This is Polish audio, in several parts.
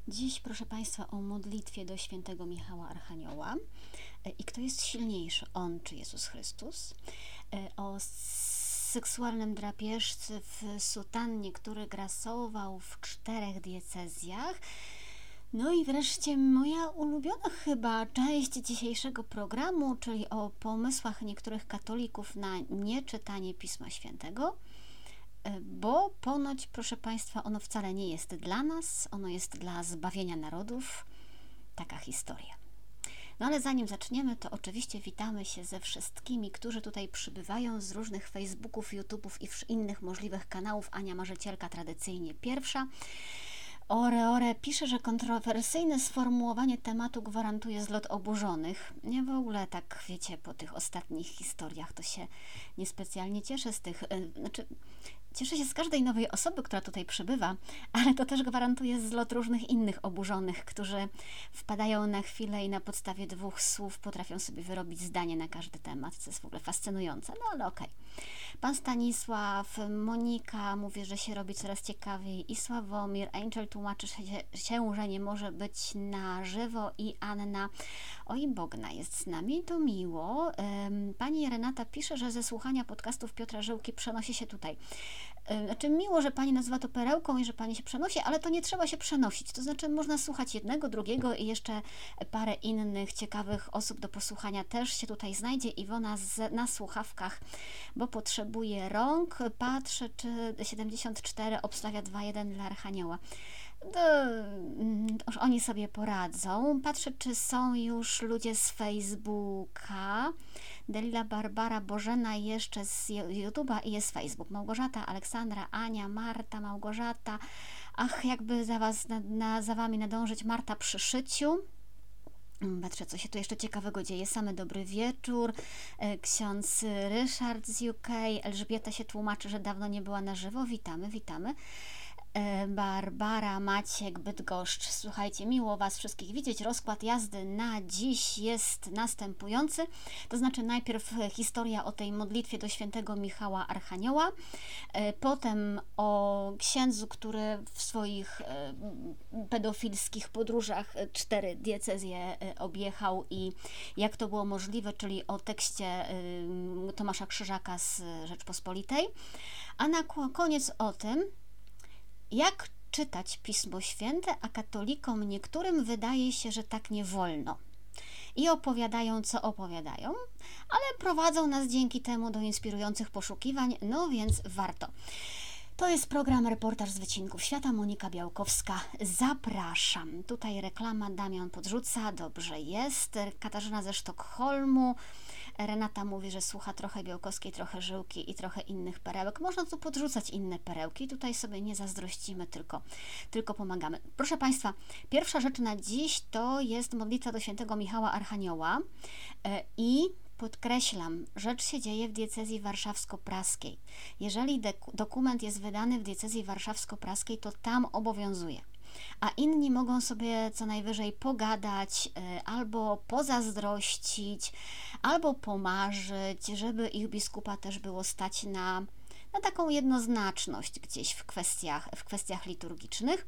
Dziś, proszę Państwa, o modlitwie do świętego Michała Archanioła i kto jest silniejszy, on czy Jezus Chrystus, o seksualnym drapieżcy w sutannie, który grasował w 4 diecezjach. No i wreszcie moja ulubiona chyba część dzisiejszego programu, czyli o pomysłach niektórych katolików na nieczytanie Pisma Świętego, bo ponoć, proszę Państwa, ono wcale nie jest dla nas, ono jest dla zbawienia narodów. Taka historia. No ale zanim zaczniemy, to oczywiście witamy się ze wszystkimi, którzy tutaj przybywają z różnych Facebooków, YouTube'ów i innych możliwych kanałów. Ania Marzycielka tradycyjnie pierwsza. Ore pisze, że kontrowersyjne sformułowanie tematu gwarantuje zlot oburzonych. Nie, w ogóle tak, wiecie, po tych ostatnich historiach to się niespecjalnie cieszę z tych... Cieszę się z każdej nowej osoby, która tutaj przybywa, ale to też gwarantuje zlot różnych innych oburzonych, którzy wpadają na chwilę i na podstawie 2 słów potrafią sobie wyrobić zdanie na każdy temat, co jest w ogóle fascynujące, no ale okej. Pan Stanisław, Monika mówi, że się robi coraz ciekawiej i Sławomir, Angel tłumaczy się, że nie może być na żywo i Anna, oj Bogna jest z nami, to miło. Pani Renata pisze, że ze słuchania podcastów Piotra Żyłki przenosi się tutaj. Znaczy miło, że Pani nazywa to perełką i że Pani się przenosi, ale to nie trzeba się przenosić. To znaczy można słuchać jednego, drugiego i jeszcze parę innych ciekawych osób do posłuchania też się tutaj znajdzie. Iwona na słuchawkach, bo potrzebuje rąk. Patrzę, czy 74 obstawia 2.1 dla Archanioła. Już oni sobie poradzą. Patrzę, czy są już ludzie z Facebooka. Delila, Barbara, Bożena jeszcze z YouTube'a i jest Facebook. Małgorzata, Aleksandra, Ania, Marta, Małgorzata. Ach, jakby za Wami nadążyć. Marta przy szyciu. Patrzę, co się tu jeszcze ciekawego dzieje. Samy dobry wieczór. Ksiądz Ryszard z UK. Elżbieta się tłumaczy, że dawno nie była na żywo. Witamy, witamy. Barbara, Maciek, Bydgoszcz. Słuchajcie, miło Was wszystkich widzieć. Rozkład jazdy na dziś jest następujący. To znaczy najpierw historia o tej modlitwie do świętego Michała Archanioła, potem o księdzu, który w swoich pedofilskich podróżach 4 diecezje objechał i jak to było możliwe, czyli o tekście Tomasza Krzyżaka z Rzeczpospolitej, a na koniec o tym, jak czytać Pismo Święte, a katolikom niektórym wydaje się, że tak nie wolno. I opowiadają, co opowiadają, ale prowadzą nas dzięki temu do inspirujących poszukiwań, no więc warto. To jest program Reportaż z Wycinków Świata, Monika Białkowska. Zapraszam. Tutaj reklama, Damian podrzuca, dobrze jest. Katarzyna ze Sztokholmu. Renata mówi, że słucha trochę Białkowskiej, trochę Żyłki i trochę innych perełek. Można tu podrzucać inne perełki. Tutaj sobie nie zazdrościmy, tylko pomagamy. Proszę Państwa, pierwsza rzecz na dziś to jest modlitwa do świętego Michała Archanioła i podkreślam, rzecz się dzieje w diecezji warszawsko-praskiej. Jeżeli dokument jest wydany w diecezji warszawsko-praskiej, to tam obowiązuje. A inni mogą sobie co najwyżej pogadać, albo pozazdrościć, albo pomarzyć, żeby ich biskupa też było stać na taką jednoznaczność gdzieś w kwestiach liturgicznych.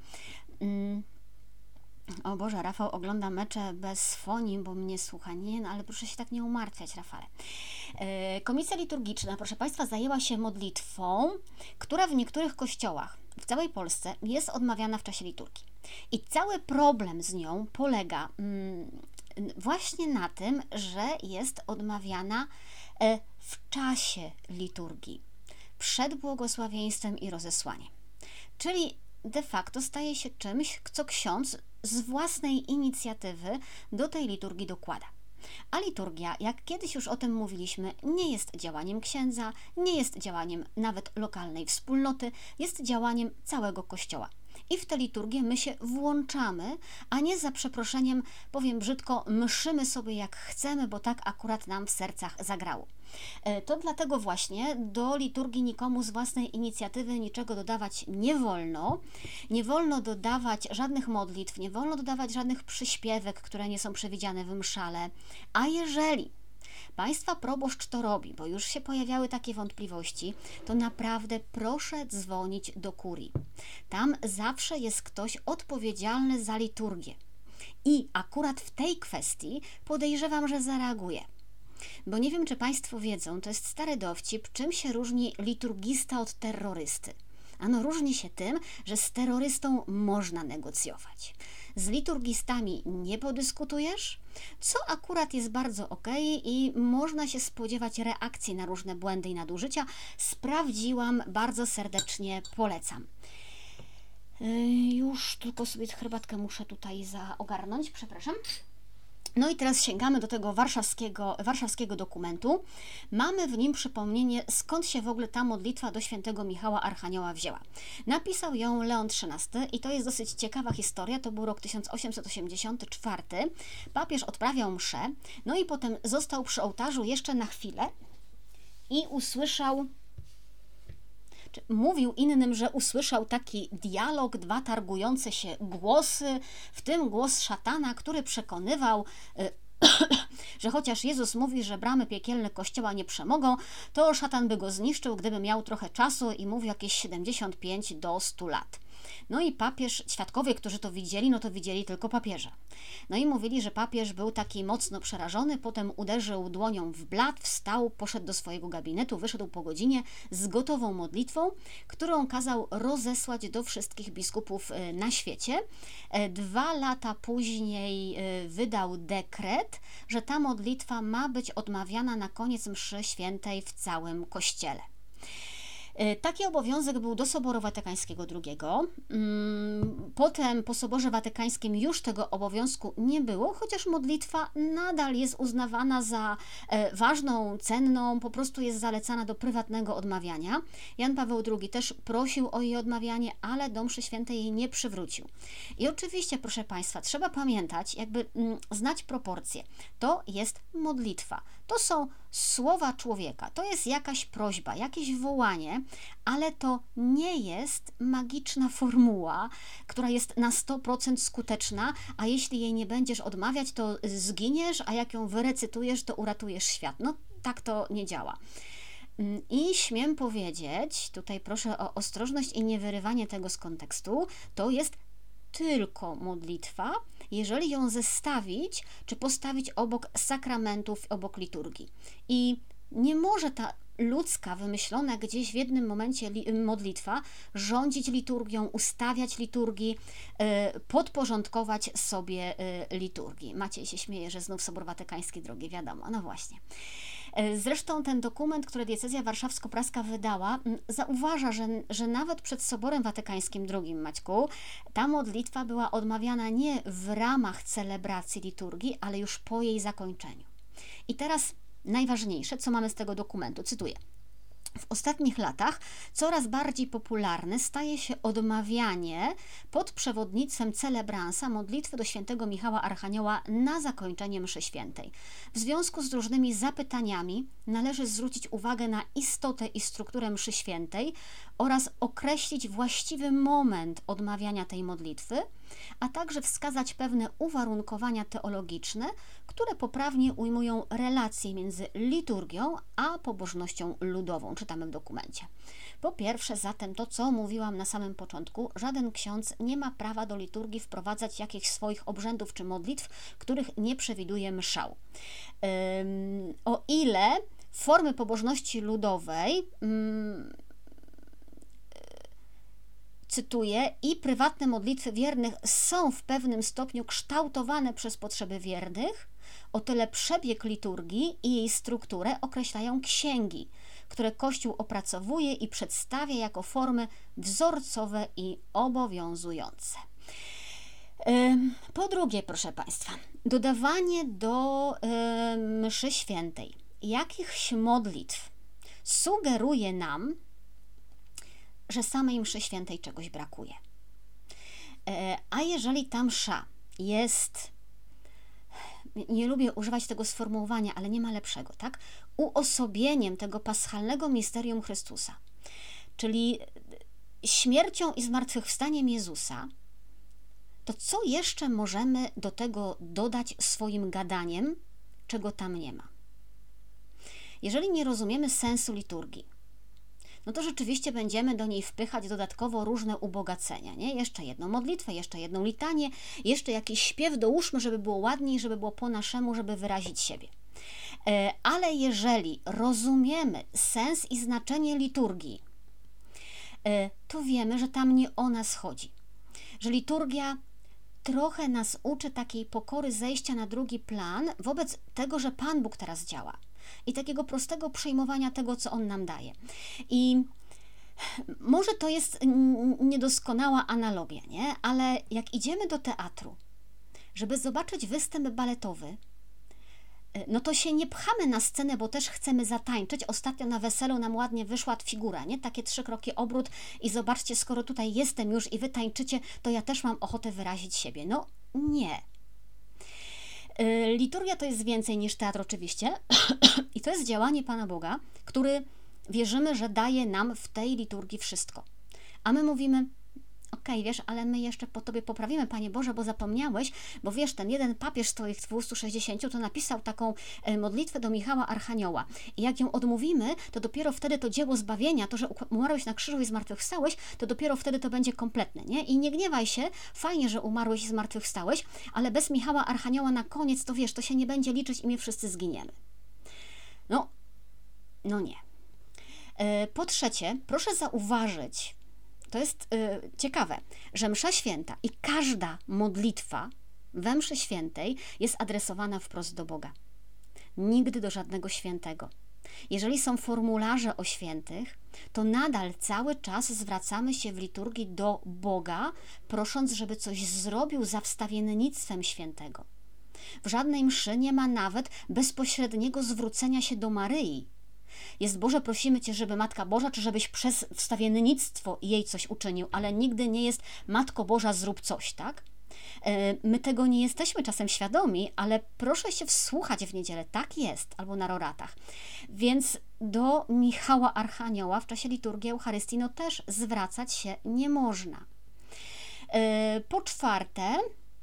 O Boże, Rafał ogląda mecze bez fonii, bo mnie słucha. Nie, no ale proszę się tak nie umartwiać, Rafale. Komisja liturgiczna, proszę Państwa, zajęła się modlitwą, która w niektórych kościołach w całej Polsce jest odmawiana w czasie liturgii. I cały problem z nią polega właśnie na tym, że jest odmawiana w czasie liturgii, przed błogosławieństwem i rozesłaniem. Czyli de facto staje się czymś, co ksiądz z własnej inicjatywy do tej liturgii dokłada. A liturgia, jak kiedyś już o tym mówiliśmy, nie jest działaniem księdza, nie jest działaniem nawet lokalnej wspólnoty, jest działaniem całego Kościoła. I w tę liturgię my się włączamy, a nie za przeproszeniem, powiem brzydko, mszymy sobie jak chcemy, bo tak akurat nam w sercach zagrało. To dlatego właśnie do liturgii nikomu z własnej inicjatywy niczego dodawać nie wolno. Nie wolno dodawać żadnych modlitw, nie wolno dodawać żadnych przyśpiewek, które nie są przewidziane w mszale. A jeżeli Państwa proboszcz to robi, bo już się pojawiały takie wątpliwości, to naprawdę proszę dzwonić do kurii. Tam zawsze jest ktoś odpowiedzialny za liturgię. I akurat w tej kwestii podejrzewam, że zareaguje. Bo nie wiem, czy Państwo wiedzą, to jest stary dowcip, czym się różni liturgista od terrorysty. Ano różni się tym, że z terrorystą można negocjować. Z liturgistami nie podyskutujesz, co akurat jest bardzo okej i można się spodziewać reakcji na różne błędy i nadużycia. Sprawdziłam, bardzo serdecznie polecam. Już tylko sobie herbatkę muszę tutaj ogarnąć, przepraszam. No i teraz sięgamy do tego warszawskiego dokumentu. Mamy w nim przypomnienie, skąd się w ogóle ta modlitwa do świętego Michała Archanioła wzięła. Napisał ją Leon XIII i to jest dosyć ciekawa historia. To był rok 1884. Papież odprawiał mszę, no i potem został przy ołtarzu jeszcze na chwilę i mówił innym, że usłyszał taki dialog, dwa targujące się głosy, w tym głos szatana, który przekonywał, że chociaż Jezus mówi, że bramy piekielne Kościoła nie przemogą, to szatan by go zniszczył, gdyby miał trochę czasu i mówił jakieś 75 do 100 lat. No i papież, świadkowie, którzy to widzieli, no to widzieli tylko papieża. No i mówili, że papież był taki mocno przerażony, potem uderzył dłonią w blat, wstał, poszedł do swojego gabinetu, wyszedł po godzinie z gotową modlitwą, którą kazał rozesłać do wszystkich biskupów na świecie. 2 lata później wydał dekret, że ta modlitwa ma być odmawiana na koniec mszy świętej w całym Kościele. Taki obowiązek był do Soboru Watykańskiego II. Potem po Soborze Watykańskim już tego obowiązku nie było, chociaż modlitwa nadal jest uznawana za ważną, cenną, po prostu jest zalecana do prywatnego odmawiania. Jan Paweł II też prosił o jej odmawianie, ale do mszy świętej jej nie przywrócił. I oczywiście, proszę Państwa, trzeba pamiętać, jakby znać proporcje. To jest modlitwa. To są słowa człowieka, to jest jakaś prośba, jakieś wołanie, ale to nie jest magiczna formuła, która jest na 100% skuteczna, a jeśli jej nie będziesz odmawiać, to zginiesz, a jak ją wyrecytujesz, to uratujesz świat. No tak to nie działa. I śmiem powiedzieć, tutaj proszę o ostrożność i niewyrywanie tego z kontekstu, to jest tylko modlitwa, jeżeli ją zestawić, czy postawić obok sakramentów, obok liturgii. I nie może ta ludzka, wymyślona gdzieś w jednym momencie modlitwa rządzić liturgią, ustawiać liturgii, podporządkować sobie liturgii. Maciej się śmieje, że znów Sobór Watykański II, wiadomo, no właśnie. Zresztą ten dokument, który diecezja warszawsko-praska wydała, zauważa, że nawet przed Soborem Watykańskim II, Maćku, ta modlitwa była odmawiana nie w ramach celebracji liturgii, ale już po jej zakończeniu. I teraz najważniejsze, co mamy z tego dokumentu, cytuję. W ostatnich latach coraz bardziej popularne staje się odmawianie pod przewodnictwem celebransa modlitwy do świętego Michała Archanioła na zakończenie mszy świętej. W związku z różnymi zapytaniami należy zwrócić uwagę na istotę i strukturę mszy świętej oraz określić właściwy moment odmawiania tej modlitwy, a także wskazać pewne uwarunkowania teologiczne, które poprawnie ujmują relacje między liturgią a pobożnością ludową, czytamy w dokumencie. Po pierwsze zatem to, co mówiłam na samym początku, żaden ksiądz nie ma prawa do liturgii wprowadzać jakichś swoich obrzędów czy modlitw, których nie przewiduje mszał. O ile formy pobożności ludowej, cytuję, i prywatne modlitwy wiernych są w pewnym stopniu kształtowane przez potrzeby wiernych, o tyle przebieg liturgii i jej strukturę określają księgi, które Kościół opracowuje i przedstawia jako formy wzorcowe i obowiązujące. Po drugie, proszę Państwa, dodawanie do mszy świętej jakichś modlitw sugeruje nam, że samej mszy świętej czegoś brakuje. A jeżeli ta msza jest, nie lubię używać tego sformułowania, ale nie ma lepszego, tak? Uosobieniem tego paschalnego misterium Chrystusa, czyli śmiercią i zmartwychwstaniem Jezusa, to co jeszcze możemy do tego dodać swoim gadaniem, czego tam nie ma? Jeżeli nie rozumiemy sensu liturgii, no to rzeczywiście będziemy do niej wpychać dodatkowo różne ubogacenia, nie? Jeszcze jedną modlitwę, jeszcze jedną litanię, jeszcze jakiś śpiew dołóżmy, żeby było ładniej, żeby było po naszemu, żeby wyrazić siebie. Ale jeżeli rozumiemy sens i znaczenie liturgii, to wiemy, że tam nie o nas chodzi. Że liturgia trochę nas uczy takiej pokory, zejścia na drugi plan wobec tego, że Pan Bóg teraz działa. I takiego prostego przyjmowania tego, co On nam daje. I może to jest niedoskonała analogia, nie? Ale jak idziemy do teatru, żeby zobaczyć występ baletowy, no to się nie pchamy na scenę, bo też chcemy zatańczyć. Ostatnio na weselu nam ładnie wyszła figura, nie? Takie 3 kroki obrót i zobaczcie, skoro tutaj jestem już i wy tańczycie, to ja też mam ochotę wyrazić siebie. No nie. Liturgia to jest więcej niż teatr oczywiście i to jest działanie Pana Boga, który wierzymy, że daje nam w tej liturgii wszystko. A my mówimy, okej, wiesz, ale my jeszcze po Tobie poprawimy, Panie Boże, bo zapomniałeś, bo wiesz, ten jeden papież z Twoich 260 to napisał taką modlitwę do Michała Archanioła i jak ją odmówimy, to dopiero wtedy to dzieło zbawienia, to, że umarłeś na krzyżu i zmartwychwstałeś, to dopiero wtedy to będzie kompletne, nie? I nie gniewaj się, fajnie, że umarłeś i zmartwychwstałeś, ale bez Michała Archanioła na koniec, to wiesz, to się nie będzie liczyć i my wszyscy zginiemy. No nie. Po trzecie, proszę zauważyć, to jest ciekawe, że msza święta i każda modlitwa we mszy świętej jest adresowana wprost do Boga. Nigdy do żadnego świętego. Jeżeli są formularze o świętych, to nadal cały czas zwracamy się w liturgii do Boga, prosząc, żeby coś zrobił za wstawiennictwem świętego. W żadnej mszy nie ma nawet bezpośredniego zwrócenia się do Maryi. Jest Boże, prosimy Cię, żeby Matka Boża, czy żebyś przez wstawiennictwo jej coś uczynił, ale nigdy nie jest Matko Boża, zrób coś, tak? My tego nie jesteśmy czasem świadomi, ale proszę się wsłuchać w niedzielę, tak jest, albo na roratach. Więc do Michała Archanioła w czasie liturgii Eucharystii no też zwracać się nie można. Po czwarte,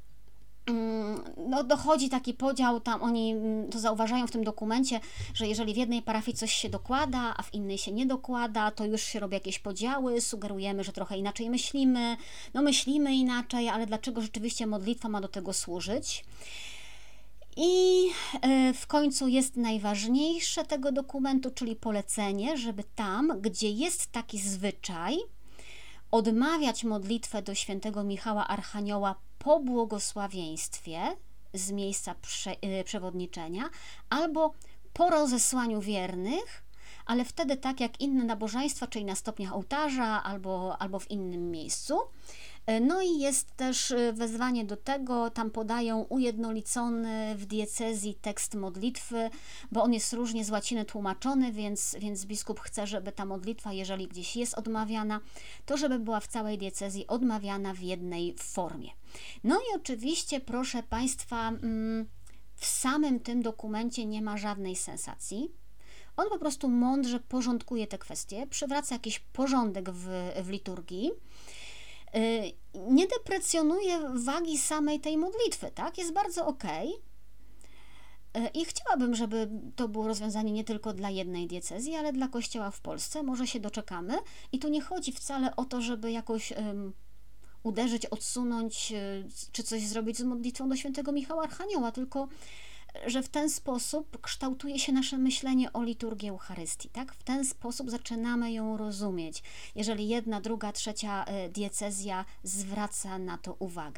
no dochodzi taki podział, tam oni to zauważają w tym dokumencie, że jeżeli w jednej parafii coś się dokłada, a w innej się nie dokłada, to już się robi jakieś podziały, sugerujemy, że trochę inaczej myślimy, no myślimy inaczej, ale dlaczego rzeczywiście modlitwa ma do tego służyć? I w końcu jest najważniejsze tego dokumentu, czyli polecenie, żeby tam, gdzie jest taki zwyczaj, odmawiać modlitwę do świętego Michała Archanioła po błogosławieństwie z miejsca przewodniczenia albo po rozesłaniu wiernych, ale wtedy tak jak inne nabożeństwa, czyli na stopniach ołtarza albo w innym miejscu. No i jest też wezwanie do tego, tam podają ujednolicony w diecezji tekst modlitwy, bo on jest różnie z łaciny tłumaczony, więc biskup chce, żeby ta modlitwa, jeżeli gdzieś jest odmawiana, to żeby była w całej diecezji odmawiana w jednej formie. No i oczywiście, proszę Państwa, w samym tym dokumencie nie ma żadnej sensacji. On po prostu mądrze porządkuje te kwestie, przywraca jakiś porządek w liturgii, nie deprecjonuje wagi samej tej modlitwy, tak? Jest bardzo okej. I chciałabym, żeby to było rozwiązanie nie tylko dla jednej diecezji, ale dla Kościoła w Polsce. Może się doczekamy. I tu nie chodzi wcale o to, żeby jakoś uderzyć, odsunąć, czy coś zrobić z modlitwą do świętego Michała Archanioła, tylko że w ten sposób kształtuje się nasze myślenie o liturgii Eucharystii, tak? W ten sposób zaczynamy ją rozumieć, jeżeli jedna, druga, trzecia diecezja zwraca na to uwagę.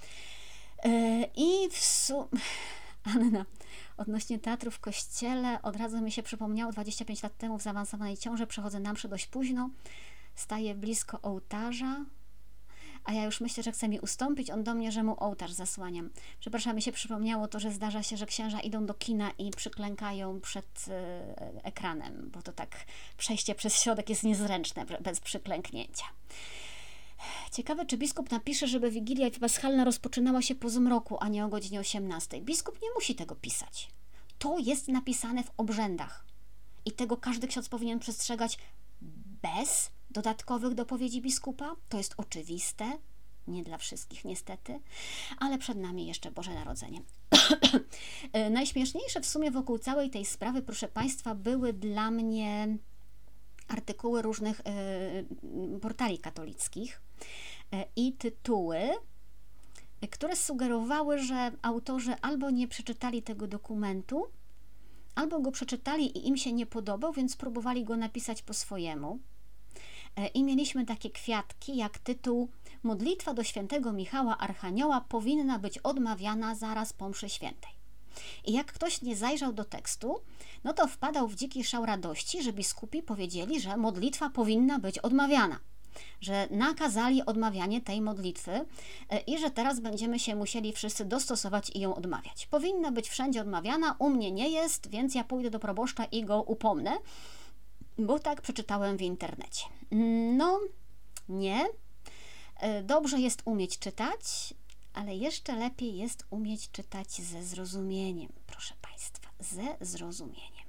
I Anna, odnośnie teatru w kościele, od razu mi się przypomniało, 25 lat temu w zaawansowanej ciąży przechodzę na mszę dość późno, staję blisko ołtarza, a ja już myślę, że chce mi ustąpić, on do mnie, że mu ołtarz zasłaniam. Przepraszam, mi się przypomniało to, że zdarza się, że księża idą do kina i przyklękają przed ekranem, bo to tak przejście przez środek jest niezręczne bez przyklęknięcia. Ciekawe, czy biskup napisze, żeby Wigilia Paschalna rozpoczynała się po zmroku, a nie o godzinie 18. Biskup nie musi tego pisać. To jest napisane w obrzędach i tego każdy ksiądz powinien przestrzegać bez dodatkowych dopowiedzi biskupa. To jest oczywiste. Nie dla wszystkich niestety, ale przed nami jeszcze Boże Narodzenie. Najśmieszniejsze w sumie wokół całej tej sprawy, proszę Państwa, były dla mnie artykuły różnych portali katolickich i tytuły, które sugerowały, że autorzy albo nie przeczytali tego dokumentu, albo go przeczytali i im się nie podobał, więc próbowali go napisać po swojemu. I mieliśmy takie kwiatki, jak tytuł: Modlitwa do świętego Michała Archanioła powinna być odmawiana zaraz po mszy świętej. I jak ktoś nie zajrzał do tekstu, no to wpadał w dziki szał radości, że biskupi powiedzieli, że modlitwa powinna być odmawiana, że nakazali odmawianie tej modlitwy i że teraz będziemy się musieli wszyscy dostosować i ją odmawiać. Powinna być wszędzie odmawiana, u mnie nie jest, więc ja pójdę do proboszcza i go upomnę, bo tak przeczytałem w internecie. No, nie. Dobrze jest umieć czytać, ale jeszcze lepiej jest umieć czytać ze zrozumieniem, proszę Państwa, ze zrozumieniem.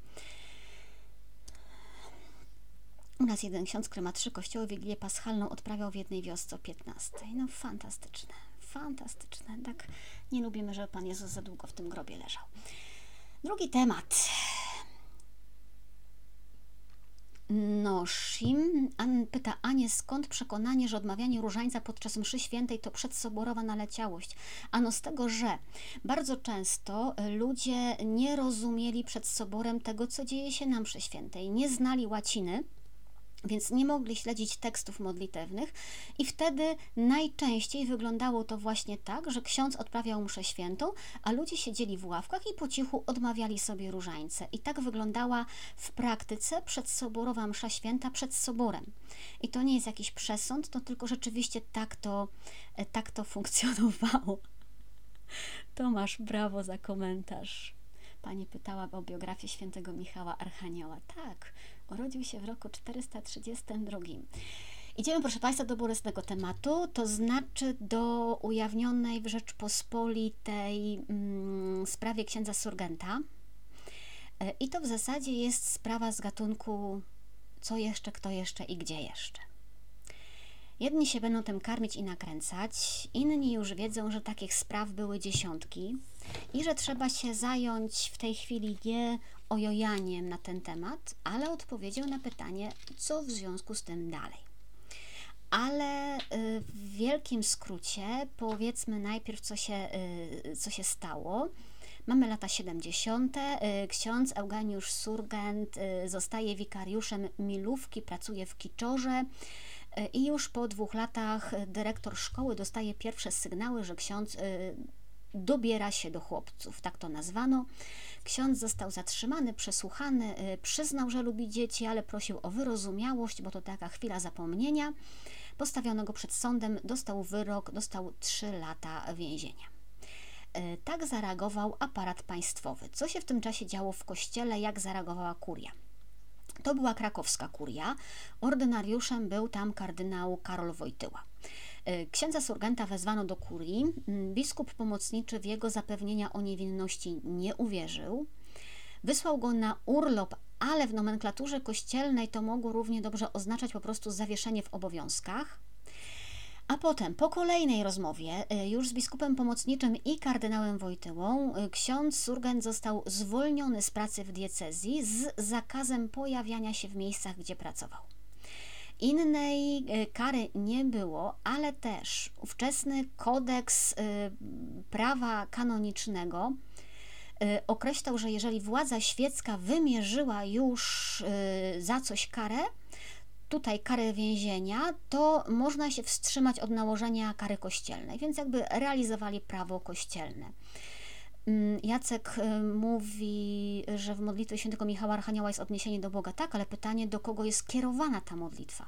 U nas jeden ksiądz, który ma 3 kościoły, Wigilię Paschalną odprawiał w jednej wiosce o 15. No fantastyczne, fantastyczne. Tak nie lubimy, żeby Pan Jezus za długo w tym grobie leżał. Drugi temat. Noszim pyta Anię, skąd przekonanie, że odmawianie różańca podczas mszy świętej to przedsoborowa naleciałość? Ano z tego, że bardzo często ludzie nie rozumieli przed soborem tego, co dzieje się na mszy świętej. Nie znali łaciny, więc nie mogli śledzić tekstów modlitewnych i wtedy najczęściej wyglądało to właśnie tak, że ksiądz odprawiał mszę świętą, a ludzie siedzieli w ławkach i po cichu odmawiali sobie różańce. I tak wyglądała w praktyce przedsoborowa msza święta przed soborem. I to nie jest jakiś przesąd, to tylko rzeczywiście tak to funkcjonowało. Tomasz, brawo za komentarz. Pani pytała o biografię świętego Michała Archanioła. Tak, urodził się w roku 432. Idziemy, proszę Państwa, do bolesnego tematu, to znaczy do ujawnionej w Rzeczpospolitej sprawie księdza Surgenta. I to w zasadzie jest sprawa z gatunku co jeszcze, kto jeszcze i gdzie jeszcze. Jedni się będą tym karmić i nakręcać, inni już wiedzą, że takich spraw były dziesiątki i że trzeba się zająć w tej chwili nie ojojaniem na ten temat, ale odpowiedzią na pytanie, co w związku z tym dalej. Ale w wielkim skrócie powiedzmy najpierw, co się stało. Mamy lata 70. Ksiądz Eugeniusz Surgent zostaje wikariuszem Milówki, pracuje w Kiczorze. I już po 2 latach dyrektor szkoły dostaje pierwsze sygnały, że ksiądz dobiera się do chłopców, tak to nazwano. Ksiądz został zatrzymany, przesłuchany, przyznał, że lubi dzieci, ale prosił o wyrozumiałość, bo to taka chwila zapomnienia. Postawiono go przed sądem, dostał wyrok, dostał 3 lata więzienia. Tak zareagował aparat państwowy. Co się w tym czasie działo w kościele, jak zareagowała kuria? To była krakowska kuria. Ordynariuszem był tam kardynał Karol Wojtyła. Księdza Surgenta wezwano do kurii. Biskup pomocniczy w jego zapewnienia o niewinności nie uwierzył. Wysłał go na urlop, ale w nomenklaturze kościelnej to mogło równie dobrze oznaczać po prostu zawieszenie w obowiązkach. A potem, po kolejnej rozmowie, już z biskupem pomocniczym i kardynałem Wojtyłą, ksiądz Surgent został zwolniony z pracy w diecezji z zakazem pojawiania się w miejscach, gdzie pracował. Innej kary nie było, ale też ówczesny kodeks prawa kanonicznego określał, że jeżeli władza świecka wymierzyła już za coś karę, tutaj karę więzienia, to można się wstrzymać od nałożenia kary kościelnej, więc jakby realizowali prawo kościelne. Jacek mówi, że w modlitwie świętego Michała Archanioła jest odniesienie do Boga, tak, ale pytanie, do kogo jest kierowana ta modlitwa.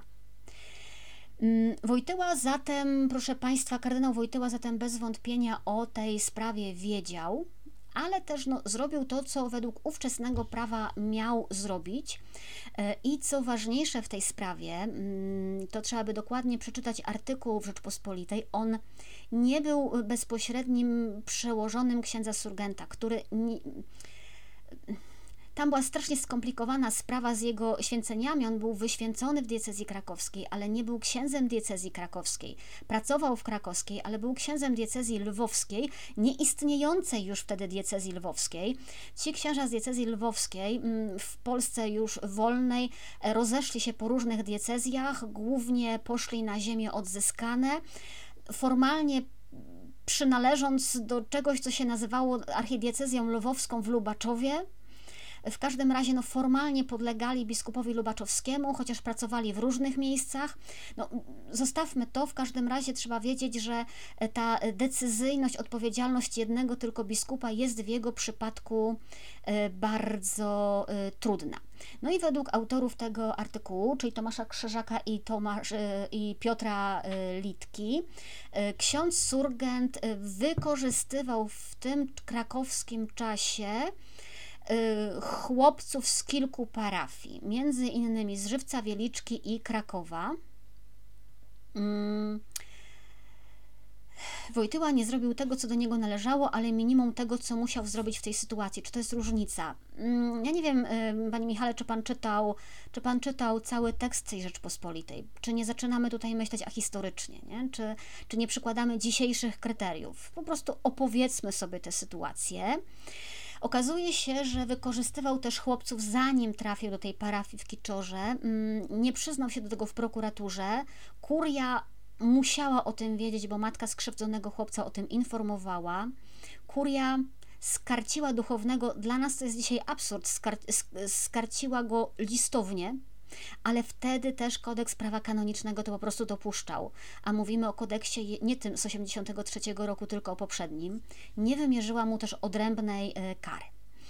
Wojtyła zatem, proszę Państwa, kardynał Wojtyła zatem bez wątpienia o tej sprawie wiedział, ale też zrobił to, co według ówczesnego prawa miał zrobić. I co ważniejsze w tej sprawie, to trzeba by dokładnie przeczytać artykuł w Rzeczpospolitej. On nie był bezpośrednim przełożonym księdza Surgenta, który Tam była strasznie skomplikowana sprawa z jego święceniami. On był wyświęcony w diecezji krakowskiej, ale nie był księdzem diecezji krakowskiej. Pracował w krakowskiej, ale był księdzem diecezji lwowskiej, nieistniejącej już wtedy diecezji lwowskiej. Ci księża z diecezji lwowskiej w Polsce już wolnej rozeszli się po różnych diecezjach, głównie poszli na ziemię odzyskane. Formalnie przynależąc do czegoś, co się nazywało archidiecezją lwowską w Lubaczowie. W każdym razie formalnie podlegali biskupowi lubaczowskiemu, chociaż pracowali w różnych miejscach. Zostawmy to, w każdym razie trzeba wiedzieć, że ta decyzyjność, odpowiedzialność jednego tylko biskupa jest w jego przypadku bardzo trudna. I według autorów tego artykułu, czyli Tomasza Krzyżaka i Piotra Litki, ksiądz Surgent wykorzystywał w tym krakowskim czasie chłopców z kilku parafii, między innymi z Żywca, Wieliczki i Krakowa. Wojtyła nie zrobił tego, co do niego należało, ale minimum tego, co musiał zrobić w tej sytuacji. Czy to jest różnica? Ja nie wiem, Panie Michale, czy Pan czytał cały tekst tej Rzeczpospolitej? Czy nie zaczynamy tutaj myśleć ahistorycznie, nie? Czy nie przykładamy dzisiejszych kryteriów? Po prostu opowiedzmy sobie tę sytuację. Okazuje się, że wykorzystywał też chłopców, zanim trafił do tej parafii w Kiczorze. Nie przyznał się do tego w prokuraturze. Kuria musiała o tym wiedzieć, bo matka skrzywdzonego chłopca o tym informowała. Kuria skarciła duchownego, dla nas to jest dzisiaj absurd, skarciła go listownie, ale wtedy też kodeks prawa kanonicznego to po prostu dopuszczał, a mówimy o kodeksie nie tym z 1983 roku, tylko o poprzednim. Nie wymierzyła mu też odrębnej kary.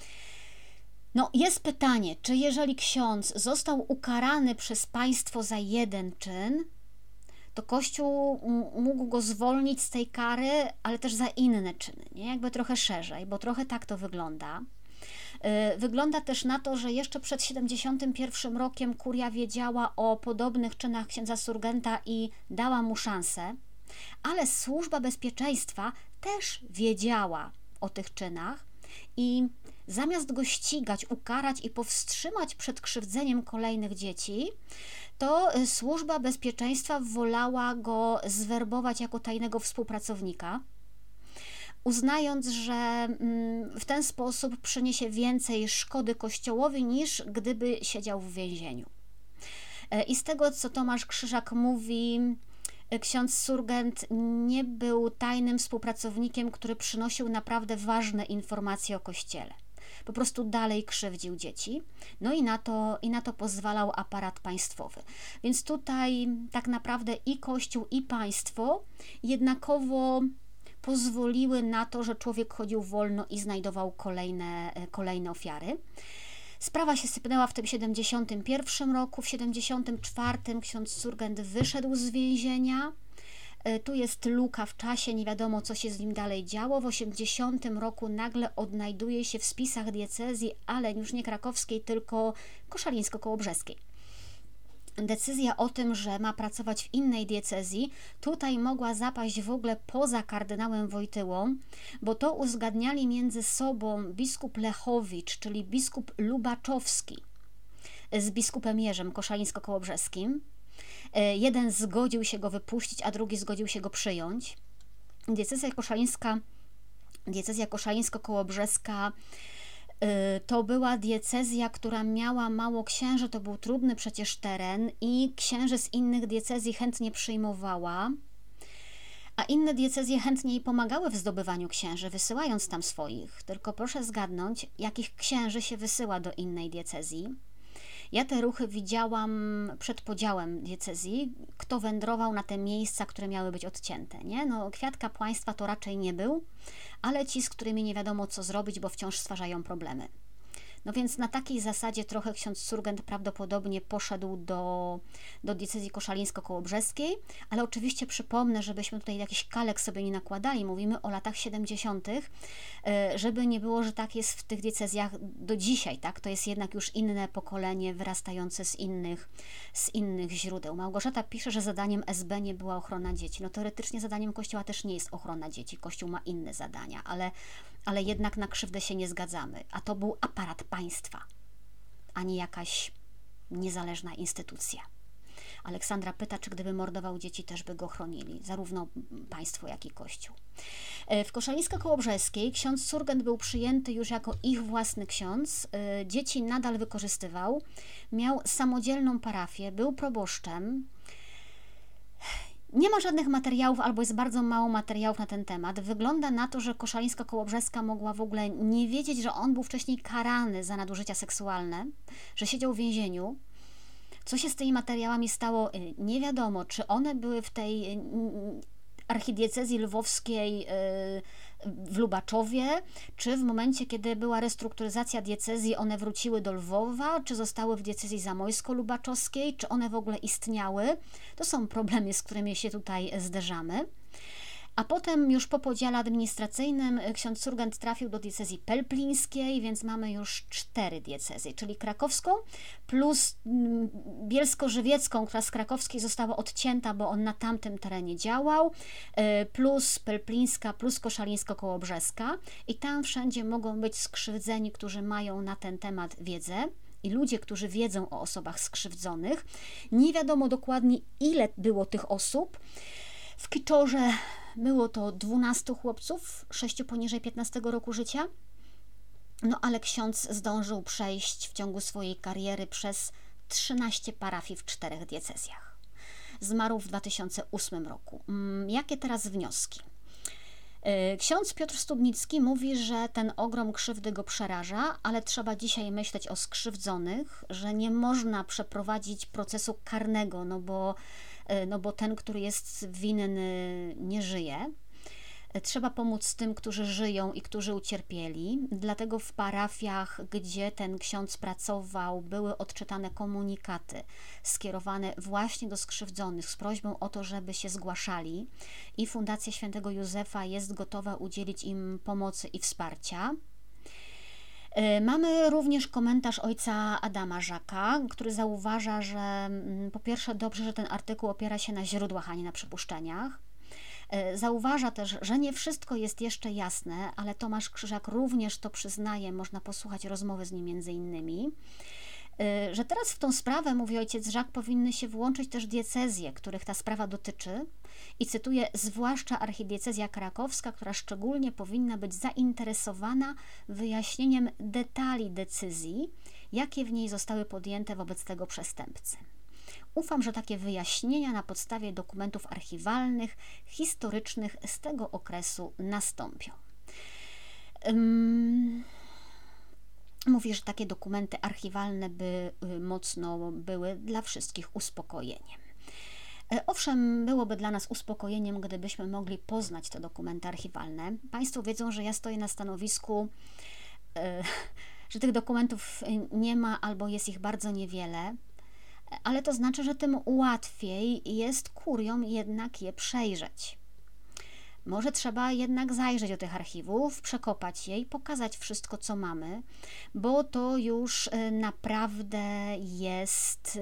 Jest pytanie, czy jeżeli ksiądz został ukarany przez państwo za jeden czyn, to Kościół mógł go zwolnić z tej kary, ale też za inne czyny, nie? Jakby trochę szerzej, bo trochę tak to wygląda. Wygląda też na to, że jeszcze przed 71 rokiem kuria wiedziała o podobnych czynach księdza Surgenta i dała mu szansę, ale Służba Bezpieczeństwa też wiedziała o tych czynach i zamiast go ścigać, ukarać i powstrzymać przed krzywdzeniem kolejnych dzieci, to Służba Bezpieczeństwa wolała go zwerbować jako tajnego współpracownika, uznając, że w ten sposób przyniesie więcej szkody Kościołowi niż gdyby siedział w więzieniu. I z tego, co Tomasz Krzyżak mówi, ksiądz Surgent nie był tajnym współpracownikiem, który przynosił naprawdę ważne informacje o Kościele. Po prostu dalej krzywdził dzieci, i na to pozwalał aparat państwowy. Więc tutaj tak naprawdę i Kościół, i państwo jednakowo pozwoliły na to, że człowiek chodził wolno i znajdował kolejne ofiary. Sprawa się sypnęła w tym 71 roku, w 74 ksiądz Surgent wyszedł z więzienia. Tu jest luka w czasie, nie wiadomo, co się z nim dalej działo. W 80 roku nagle odnajduje się w spisach diecezji, ale już nie krakowskiej, tylko koszalińsko-kołobrzeskiej. Decyzja o tym, że ma pracować w innej diecezji, tutaj mogła zapaść w ogóle poza kardynałem Wojtyłą, bo to uzgadniali między sobą biskup Lechowicz, czyli biskup Lubaczowski z biskupem Jerzem koszalińsko-kołobrzeskim. Jeden zgodził się go wypuścić, a drugi zgodził się go przyjąć. Diecezja koszalińsko-kołobrzeska to była diecezja, która miała mało księży, to był trudny przecież teren i księży z innych diecezji chętnie przyjmowała, a inne diecezje chętnie jej pomagały w zdobywaniu księży, wysyłając tam swoich. Tylko proszę zgadnąć, jakich księży się wysyła do innej diecezji. Ja te ruchy widziałam przed podziałem diecezji, kto wędrował na te miejsca, które miały być odcięte, nie? Kwiat kapłaństwa to raczej nie był, ale ci, z którymi nie wiadomo co zrobić, bo wciąż stwarzają problemy. Więc na takiej zasadzie trochę ksiądz Surgent prawdopodobnie poszedł do diecezji koszalińsko-kołobrzeskiej, ale oczywiście przypomnę, żebyśmy tutaj jakiś kalek sobie nie nakładali, mówimy o latach 70., żeby nie było, że tak jest w tych diecezjach do dzisiaj, tak? To jest jednak już inne pokolenie wyrastające z innych źródeł. Małgorzata pisze, że zadaniem SB nie była ochrona dzieci. Teoretycznie zadaniem Kościoła też nie jest ochrona dzieci. Kościół ma inne zadania, ale jednak na krzywdę się nie zgadzamy. A to był aparat państwa, a nie jakaś niezależna instytucja. Aleksandra pyta, czy gdyby mordował dzieci, też by go chronili, zarówno państwo, jak i Kościół. W Koszalińsko-Kołobrzeskiej ksiądz Surgent był przyjęty już jako ich własny ksiądz, dzieci nadal wykorzystywał, miał samodzielną parafię, był proboszczem. Nie ma żadnych materiałów, albo jest bardzo mało materiałów na ten temat. Wygląda na to, że Koszalińska-Kołobrzeska mogła w ogóle nie wiedzieć, że on był wcześniej karany za nadużycia seksualne, że siedział w więzieniu. Co się z tymi materiałami stało, nie wiadomo. Czy one były w tej archidiecezji lwowskiej w Lubaczowie, czy w momencie, kiedy była restrukturyzacja diecezji, one wróciły do Lwowa, czy zostały w diecezji zamojsko-lubaczowskiej, czy one w ogóle istniały. To są problemy, z którymi się tutaj zderzamy. A potem już po podziale administracyjnym ksiądz Surgent trafił do diecezji pelplińskiej, więc mamy już 4 diecezje, czyli krakowską plus bielsko-żywiecką, która z krakowskiej została odcięta, bo on na tamtym terenie działał, plus pelplińska, plus koszalińsko-kołobrzeska i tam wszędzie mogą być skrzywdzeni, którzy mają na ten temat wiedzę. I ludzie, którzy wiedzą o osobach skrzywdzonych. Nie wiadomo dokładnie, ile było tych osób. W Kiczorze było to 12 chłopców, 6 poniżej 15 roku życia, no ale ksiądz zdążył przejść w ciągu swojej kariery przez 13 parafii w 4 diecezjach. Zmarł w 2008 roku. Jakie teraz wnioski? Ksiądz Piotr Studnicki mówi, że ten ogrom krzywdy go przeraża, ale trzeba dzisiaj myśleć o skrzywdzonych, że nie można przeprowadzić procesu karnego, no bo ten, który jest winny, nie żyje. Trzeba pomóc tym, którzy żyją i którzy ucierpieli. Dlatego w parafiach, gdzie ten ksiądz pracował, były odczytane komunikaty skierowane właśnie do skrzywdzonych z prośbą o to, żeby się zgłaszali. I Fundacja Świętego Józefa jest gotowa udzielić im pomocy i wsparcia. Mamy również komentarz ojca Adama Żaka, który zauważa, że po pierwsze dobrze, że ten artykuł opiera się na źródłach, a nie na przypuszczeniach. Zauważa też, że nie wszystko jest jeszcze jasne, ale Tomasz Krzyżak również to przyznaje, można posłuchać rozmowy z nim między innymi, że teraz w tą sprawę, mówi ojciec Żak, powinny się włączyć też diecezje, których ta sprawa dotyczy i cytuję, zwłaszcza archidiecezja krakowska, która szczególnie powinna być zainteresowana wyjaśnieniem detali decyzji, jakie w niej zostały podjęte wobec tego przestępcy. Ufam, że takie wyjaśnienia na podstawie dokumentów archiwalnych, historycznych z tego okresu nastąpią. Mówi, że takie dokumenty archiwalne by mocno były dla wszystkich uspokojeniem. Owszem, byłoby dla nas uspokojeniem, gdybyśmy mogli poznać te dokumenty archiwalne. Państwo wiedzą, że ja stoję na stanowisku, że tych dokumentów nie ma albo jest ich bardzo niewiele, ale to znaczy, że tym łatwiej jest kuriom jednak je przejrzeć. Może trzeba jednak zajrzeć do tych archiwów, przekopać je i pokazać wszystko, co mamy, bo to już naprawdę jest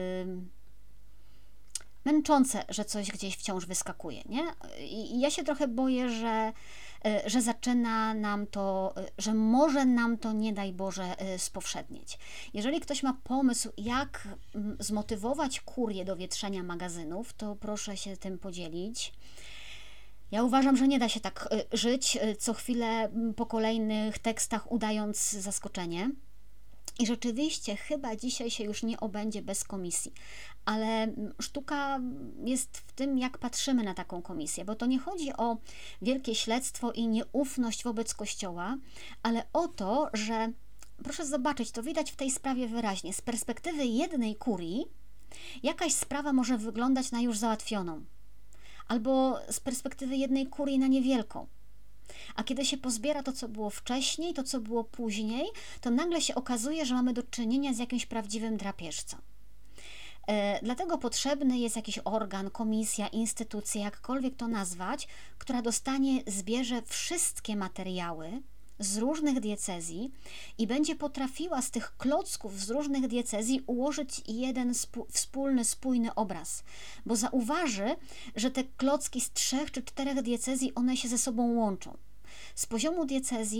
męczące, że coś gdzieś wciąż wyskakuje, nie? I ja się trochę boję, że zaczyna nam to, że może nam to, nie daj Boże, spowszednieć. Jeżeli ktoś ma pomysł, jak zmotywować kurię do wietrzenia magazynów, to proszę się tym podzielić. Ja uważam, że nie da się tak żyć co chwilę po kolejnych tekstach, udając zaskoczenie. I rzeczywiście chyba dzisiaj się już nie obędzie bez komisji, ale sztuka jest w tym, jak patrzymy na taką komisję, bo to nie chodzi o wielkie śledztwo i nieufność wobec Kościoła, ale o to, że proszę zobaczyć, to widać w tej sprawie wyraźnie, z perspektywy jednej kurii jakaś sprawa może wyglądać na już załatwioną, albo z perspektywy jednej kurii na niewielką. A kiedy się pozbiera to, co było wcześniej, to, co było później, to nagle się okazuje, że mamy do czynienia z jakimś prawdziwym drapieżcą. Dlatego potrzebny jest jakiś organ, komisja, instytucja, jakkolwiek to nazwać, która zbierze wszystkie materiały z różnych diecezji i będzie potrafiła z tych klocków z różnych diecezji ułożyć jeden wspólny, spójny obraz, bo zauważy, że te klocki z 3 czy 4 diecezji, one się ze sobą łączą. Z poziomu diecezji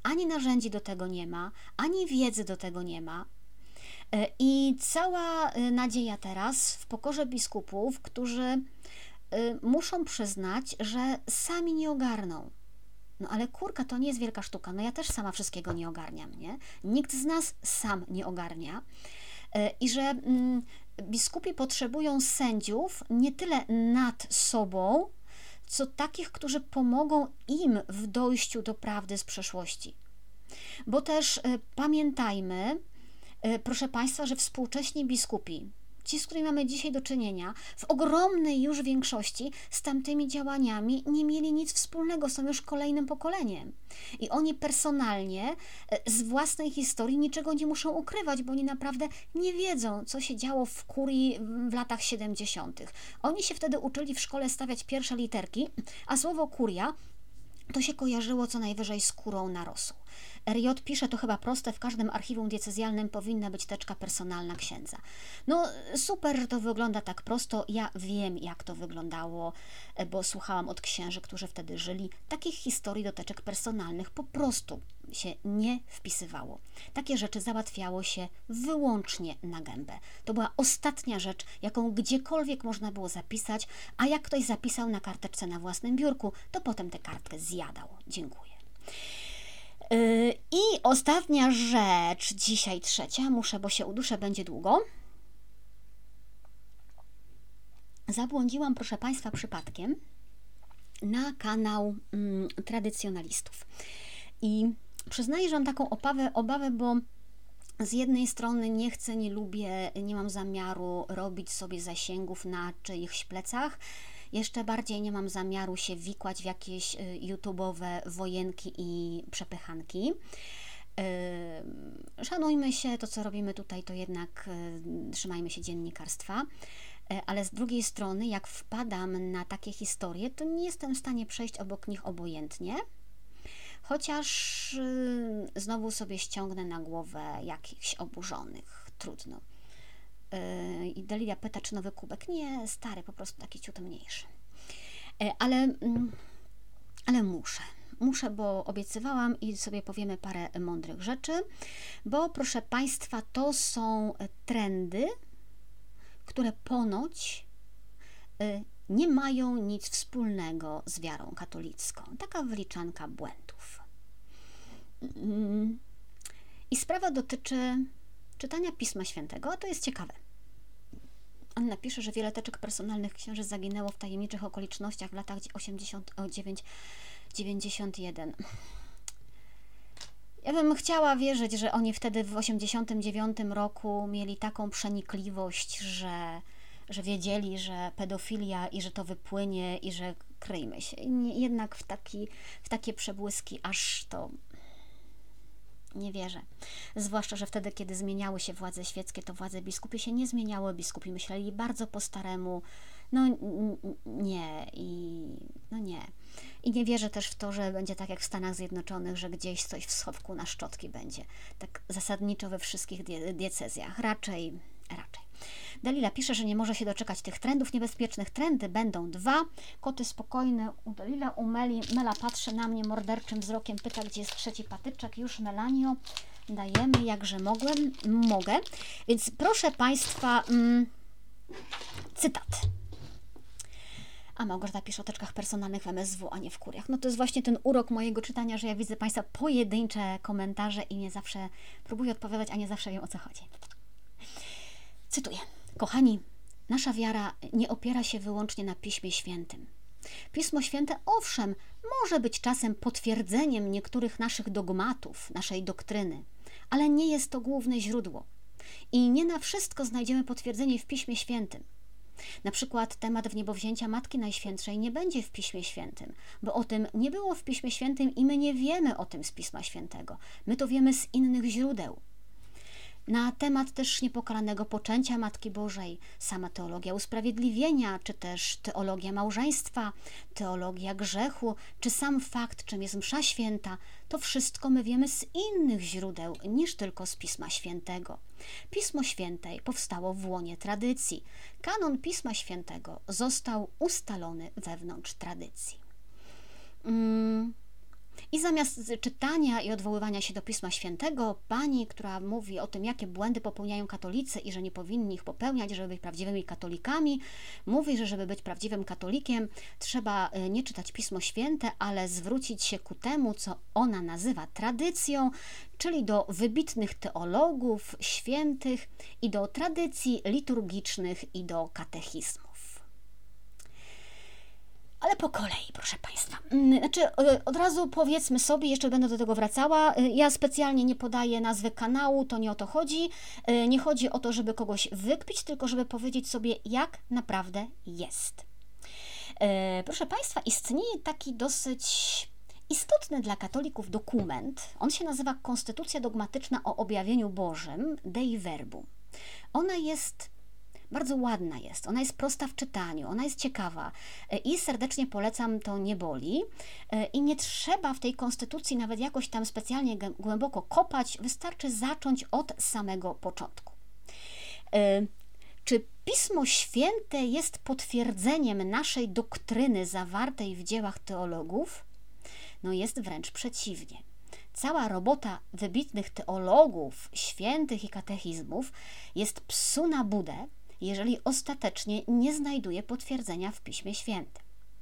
ani narzędzi do tego nie ma, ani wiedzy do tego nie ma. I cała nadzieja teraz w pokorze biskupów, którzy muszą przyznać, że sami nie ogarną. No ale kurka, to nie jest wielka sztuka. No ja też sama wszystkiego nie ogarniam, nie? Nikt z nas sam nie ogarnia. I że biskupi potrzebują sędziów nie tyle nad sobą, co takich, którzy pomogą im w dojściu do prawdy z przeszłości. Bo też pamiętajmy, proszę Państwa, że współcześni biskupi, ci, z którymi mamy dzisiaj do czynienia, w ogromnej już większości z tamtymi działaniami nie mieli nic wspólnego, są już kolejnym pokoleniem. I oni personalnie z własnej historii niczego nie muszą ukrywać, bo oni naprawdę nie wiedzą, co się działo w kurii w latach 70. Oni się wtedy uczyli w szkole stawiać pierwsze literki, a słowo kuria to się kojarzyło co najwyżej z kurą na rosół. RJ pisze, to chyba proste, w każdym archiwum diecezjalnym powinna być teczka personalna księdza. No super, że to wygląda tak prosto, ja wiem, jak to wyglądało, bo słuchałam od księży, którzy wtedy żyli. Takich historii do teczek personalnych po prostu się nie wpisywało. Takie rzeczy załatwiało się wyłącznie na gębę. To była ostatnia rzecz, jaką gdziekolwiek można było zapisać, a jak ktoś zapisał na karteczce na własnym biurku, to potem tę kartkę zjadał. Dziękuję. I ostatnia rzecz, dzisiaj trzecia, muszę, bo się uduszę, będzie długo. Zabłądziłam, proszę Państwa, przypadkiem na kanał tradycjonalistów. I przyznaję, że mam taką obawę, bo z jednej strony nie chcę, nie lubię, nie mam zamiaru robić sobie zasięgów na czyichś plecach. Jeszcze bardziej nie mam zamiaru się wikłać w jakieś YouTube'owe wojenki i przepychanki. Szanujmy się, to co robimy tutaj, to jednak trzymajmy się dziennikarstwa. Ale z drugiej strony, jak wpadam na takie historie, to nie jestem w stanie przejść obok nich obojętnie. Chociaż znowu sobie ściągnę na głowę jakichś oburzonych. Trudno. I Delia pyta, czy nowy kubek? Nie, stary, po prostu taki ciut mniejszy. Ale muszę, bo obiecywałam i sobie powiemy parę mądrych rzeczy, bo proszę Państwa, to są trendy, które ponoć nie mają nic wspólnego z wiarą katolicką. Taka wyliczanka błędów. I sprawa dotyczy czytania Pisma Świętego, a to jest ciekawe. On napisze, że wiele teczek personalnych księży zaginęło w tajemniczych okolicznościach w latach 89-91. Ja bym chciała wierzyć, że oni wtedy w 89 roku mieli taką przenikliwość, że wiedzieli, że pedofilia i że to wypłynie i że kryjmy się. I jednak w takie przebłyski aż to nie wierzę. Zwłaszcza, że wtedy, kiedy zmieniały się władze świeckie, to władze biskupie się nie zmieniały. Biskupi myśleli bardzo po staremu. Nie. I nie wierzę też w to, że będzie tak jak w Stanach Zjednoczonych, że gdzieś coś w schowku na szczotki będzie. Tak zasadniczo we wszystkich diecezjach. Raczej. Dalila pisze, że nie może się doczekać tych trendów niebezpiecznych. Trendy będą dwa. Koty spokojne u Dalila, u Mela patrzy na mnie morderczym wzrokiem, pyta, gdzie jest trzeci patyczek. Już Melanio dajemy, jakże mogę. Więc proszę Państwa, cytat. A Małgorzata pisze o teczkach personalnych w MSW, a nie w kuriach. No to jest właśnie ten urok mojego czytania, że ja widzę Państwa pojedyncze komentarze i nie zawsze próbuję odpowiadać, a nie zawsze wiem, o co chodzi. Cytuję. Kochani, nasza wiara nie opiera się wyłącznie na Piśmie Świętym. Pismo Święte, owszem, może być czasem potwierdzeniem niektórych naszych dogmatów, naszej doktryny, ale nie jest to główne źródło. I nie na wszystko znajdziemy potwierdzenie w Piśmie Świętym. Na przykład temat wniebowzięcia Matki Najświętszej nie będzie w Piśmie Świętym, bo o tym nie było w Piśmie Świętym i my nie wiemy o tym z Pisma Świętego. My to wiemy z innych źródeł. Na temat też niepokalanego poczęcia Matki Bożej, sama teologia usprawiedliwienia, czy też teologia małżeństwa, teologia grzechu, czy sam fakt, czym jest msza święta, to wszystko my wiemy z innych źródeł niż tylko z Pisma Świętego. Pismo Święte powstało w łonie tradycji. Kanon Pisma Świętego został ustalony wewnątrz tradycji. I zamiast czytania i odwoływania się do Pisma Świętego, pani, która mówi o tym, jakie błędy popełniają katolicy i że nie powinni ich popełniać, żeby być prawdziwymi katolikami, mówi, że żeby być prawdziwym katolikiem, trzeba nie czytać Pismo Święte, ale zwrócić się ku temu, co ona nazywa tradycją, czyli do wybitnych teologów, świętych i do tradycji liturgicznych i do katechizmów. Ale po kolei, proszę Państwa. Od razu powiedzmy sobie, jeszcze będę do tego wracała, ja specjalnie nie podaję nazwy kanału, to nie o to chodzi. Nie chodzi o to, żeby kogoś wykpić, tylko żeby powiedzieć sobie, jak naprawdę jest. Proszę Państwa, istnieje taki dosyć istotny dla katolików dokument. On się nazywa Konstytucja Dogmatyczna o Objawieniu Bożym, Dei Verbum. Ona jest bardzo ładna ona jest prosta w czytaniu, ona jest ciekawa i serdecznie polecam, to nie boli i nie trzeba w tej konstytucji nawet jakoś tam specjalnie głęboko kopać, wystarczy zacząć od samego początku. Czy Pismo Święte jest potwierdzeniem naszej doktryny zawartej w dziełach teologów? No jest wręcz przeciwnie. Cała robota wybitnych teologów, świętych i katechizmów jest psu na budę, jeżeli ostatecznie nie znajduje potwierdzenia w Piśmie Świętym.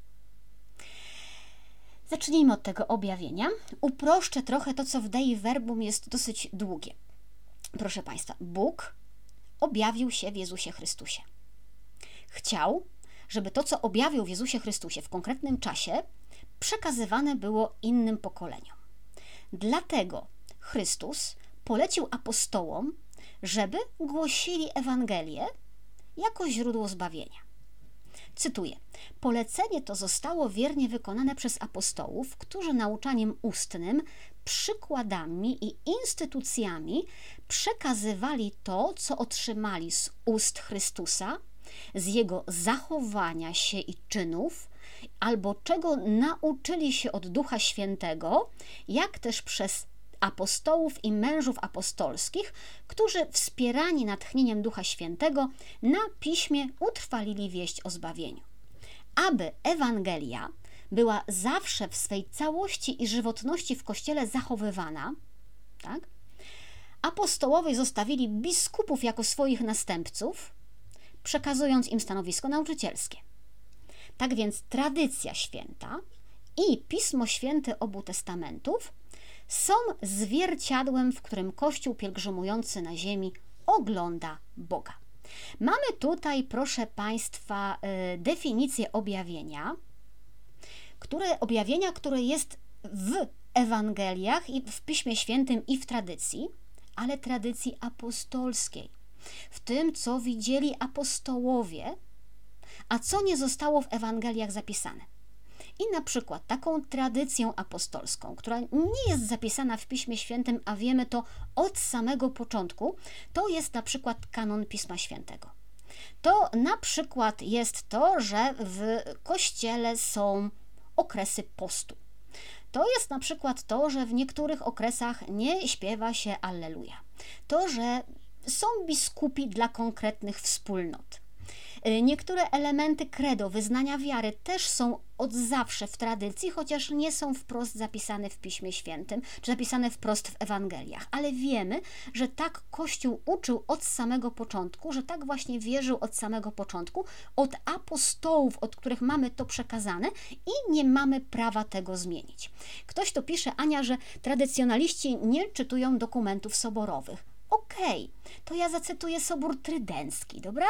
Zacznijmy od tego objawienia. Uproszczę trochę to, co w Dei Verbum jest dosyć długie. Proszę Państwa, Bóg objawił się w Jezusie Chrystusie. Chciał, żeby to, co objawił w Jezusie Chrystusie w konkretnym czasie, przekazywane było innym pokoleniom. Dlatego Chrystus polecił apostołom, żeby głosili Ewangelię jako źródło zbawienia. Cytuję: polecenie to zostało wiernie wykonane przez apostołów, którzy nauczaniem ustnym, przykładami i instytucjami przekazywali to, co otrzymali z ust Chrystusa, z Jego zachowania się i czynów, albo czego nauczyli się od Ducha Świętego, jak też przez apostołów i mężów apostolskich, którzy wspierani natchnieniem Ducha Świętego na Piśmie utrwalili wieść o zbawieniu. Aby Ewangelia była zawsze w swej całości i żywotności w Kościele zachowywana, tak? Apostołowie zostawili biskupów jako swoich następców, przekazując im stanowisko nauczycielskie. Tak więc tradycja święta i Pismo Święte obu testamentów są zwierciadłem, w którym Kościół pielgrzymujący na ziemi ogląda Boga. Mamy tutaj, proszę Państwa, definicję objawienia, które jest w Ewangeliach i w Piśmie Świętym i w tradycji, ale tradycji apostolskiej, w tym, co widzieli apostołowie, a co nie zostało w Ewangeliach zapisane. I na przykład taką tradycją apostolską, która nie jest zapisana w Piśmie Świętym, a wiemy to od samego początku, to jest na przykład kanon Pisma Świętego. To na przykład jest to, że w Kościele są okresy postu. To jest na przykład to, że w niektórych okresach nie śpiewa się Alleluja. To, że są biskupi dla konkretnych wspólnot. Niektóre elementy credo, wyznania wiary, też są od zawsze w tradycji, chociaż nie są wprost zapisane w Piśmie Świętym, czy zapisane wprost w Ewangeliach. Ale wiemy, że tak Kościół uczył od samego początku, że tak właśnie wierzył od samego początku, od apostołów, od których mamy to przekazane i nie mamy prawa tego zmienić. Ktoś tu pisze, Ania, że tradycjonaliści nie czytują dokumentów soborowych. Okej, to ja zacytuję Sobór Trydencki, dobra?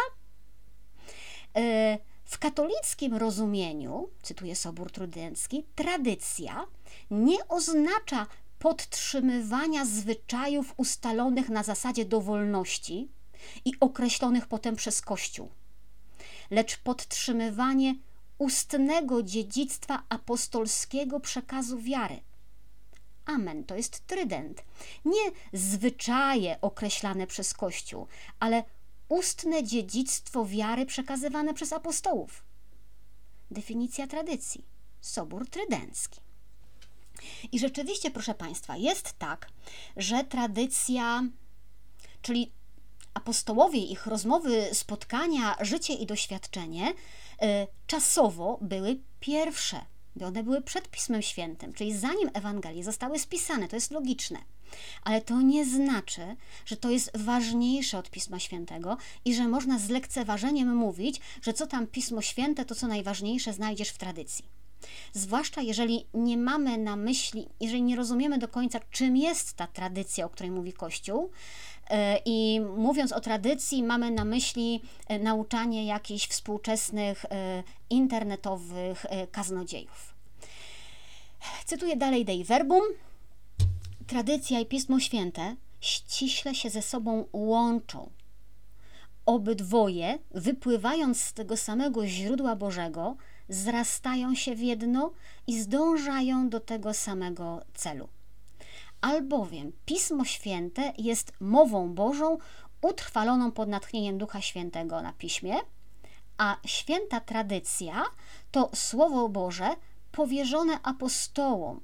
W katolickim rozumieniu, cytuję Sobór Trydencki, tradycja nie oznacza podtrzymywania zwyczajów ustalonych na zasadzie dowolności i określonych potem przez Kościół, lecz podtrzymywanie ustnego dziedzictwa apostolskiego przekazu wiary. Amen, to jest trydent. Nie zwyczaje określane przez Kościół, ale ustne dziedzictwo wiary przekazywane przez apostołów. Definicja tradycji. Sobór Trydencki. I rzeczywiście, proszę Państwa, jest tak, że tradycja, czyli apostołowie, ich rozmowy, spotkania, życie i doświadczenie czasowo były pierwsze. One były przed Pismem Świętym, czyli zanim Ewangelie zostały spisane, to jest logiczne. Ale to nie znaczy, że to jest ważniejsze od Pisma Świętego i że można z lekceważeniem mówić, że co tam Pismo Święte, to co najważniejsze znajdziesz w tradycji. Zwłaszcza jeżeli nie mamy na myśli, jeżeli nie rozumiemy do końca, czym jest ta tradycja, o której mówi Kościół. I mówiąc o tradycji, mamy na myśli nauczanie jakichś współczesnych internetowych kaznodziejów. Cytuję dalej Dei Verbum. Tradycja i Pismo Święte ściśle się ze sobą łączą. Obydwoje, wypływając z tego samego źródła Bożego, zrastają się w jedno i zdążają do tego samego celu. Albowiem Pismo Święte jest mową Bożą utrwaloną pod natchnieniem Ducha Świętego na Piśmie, a święta tradycja to Słowo Boże powierzone apostołom,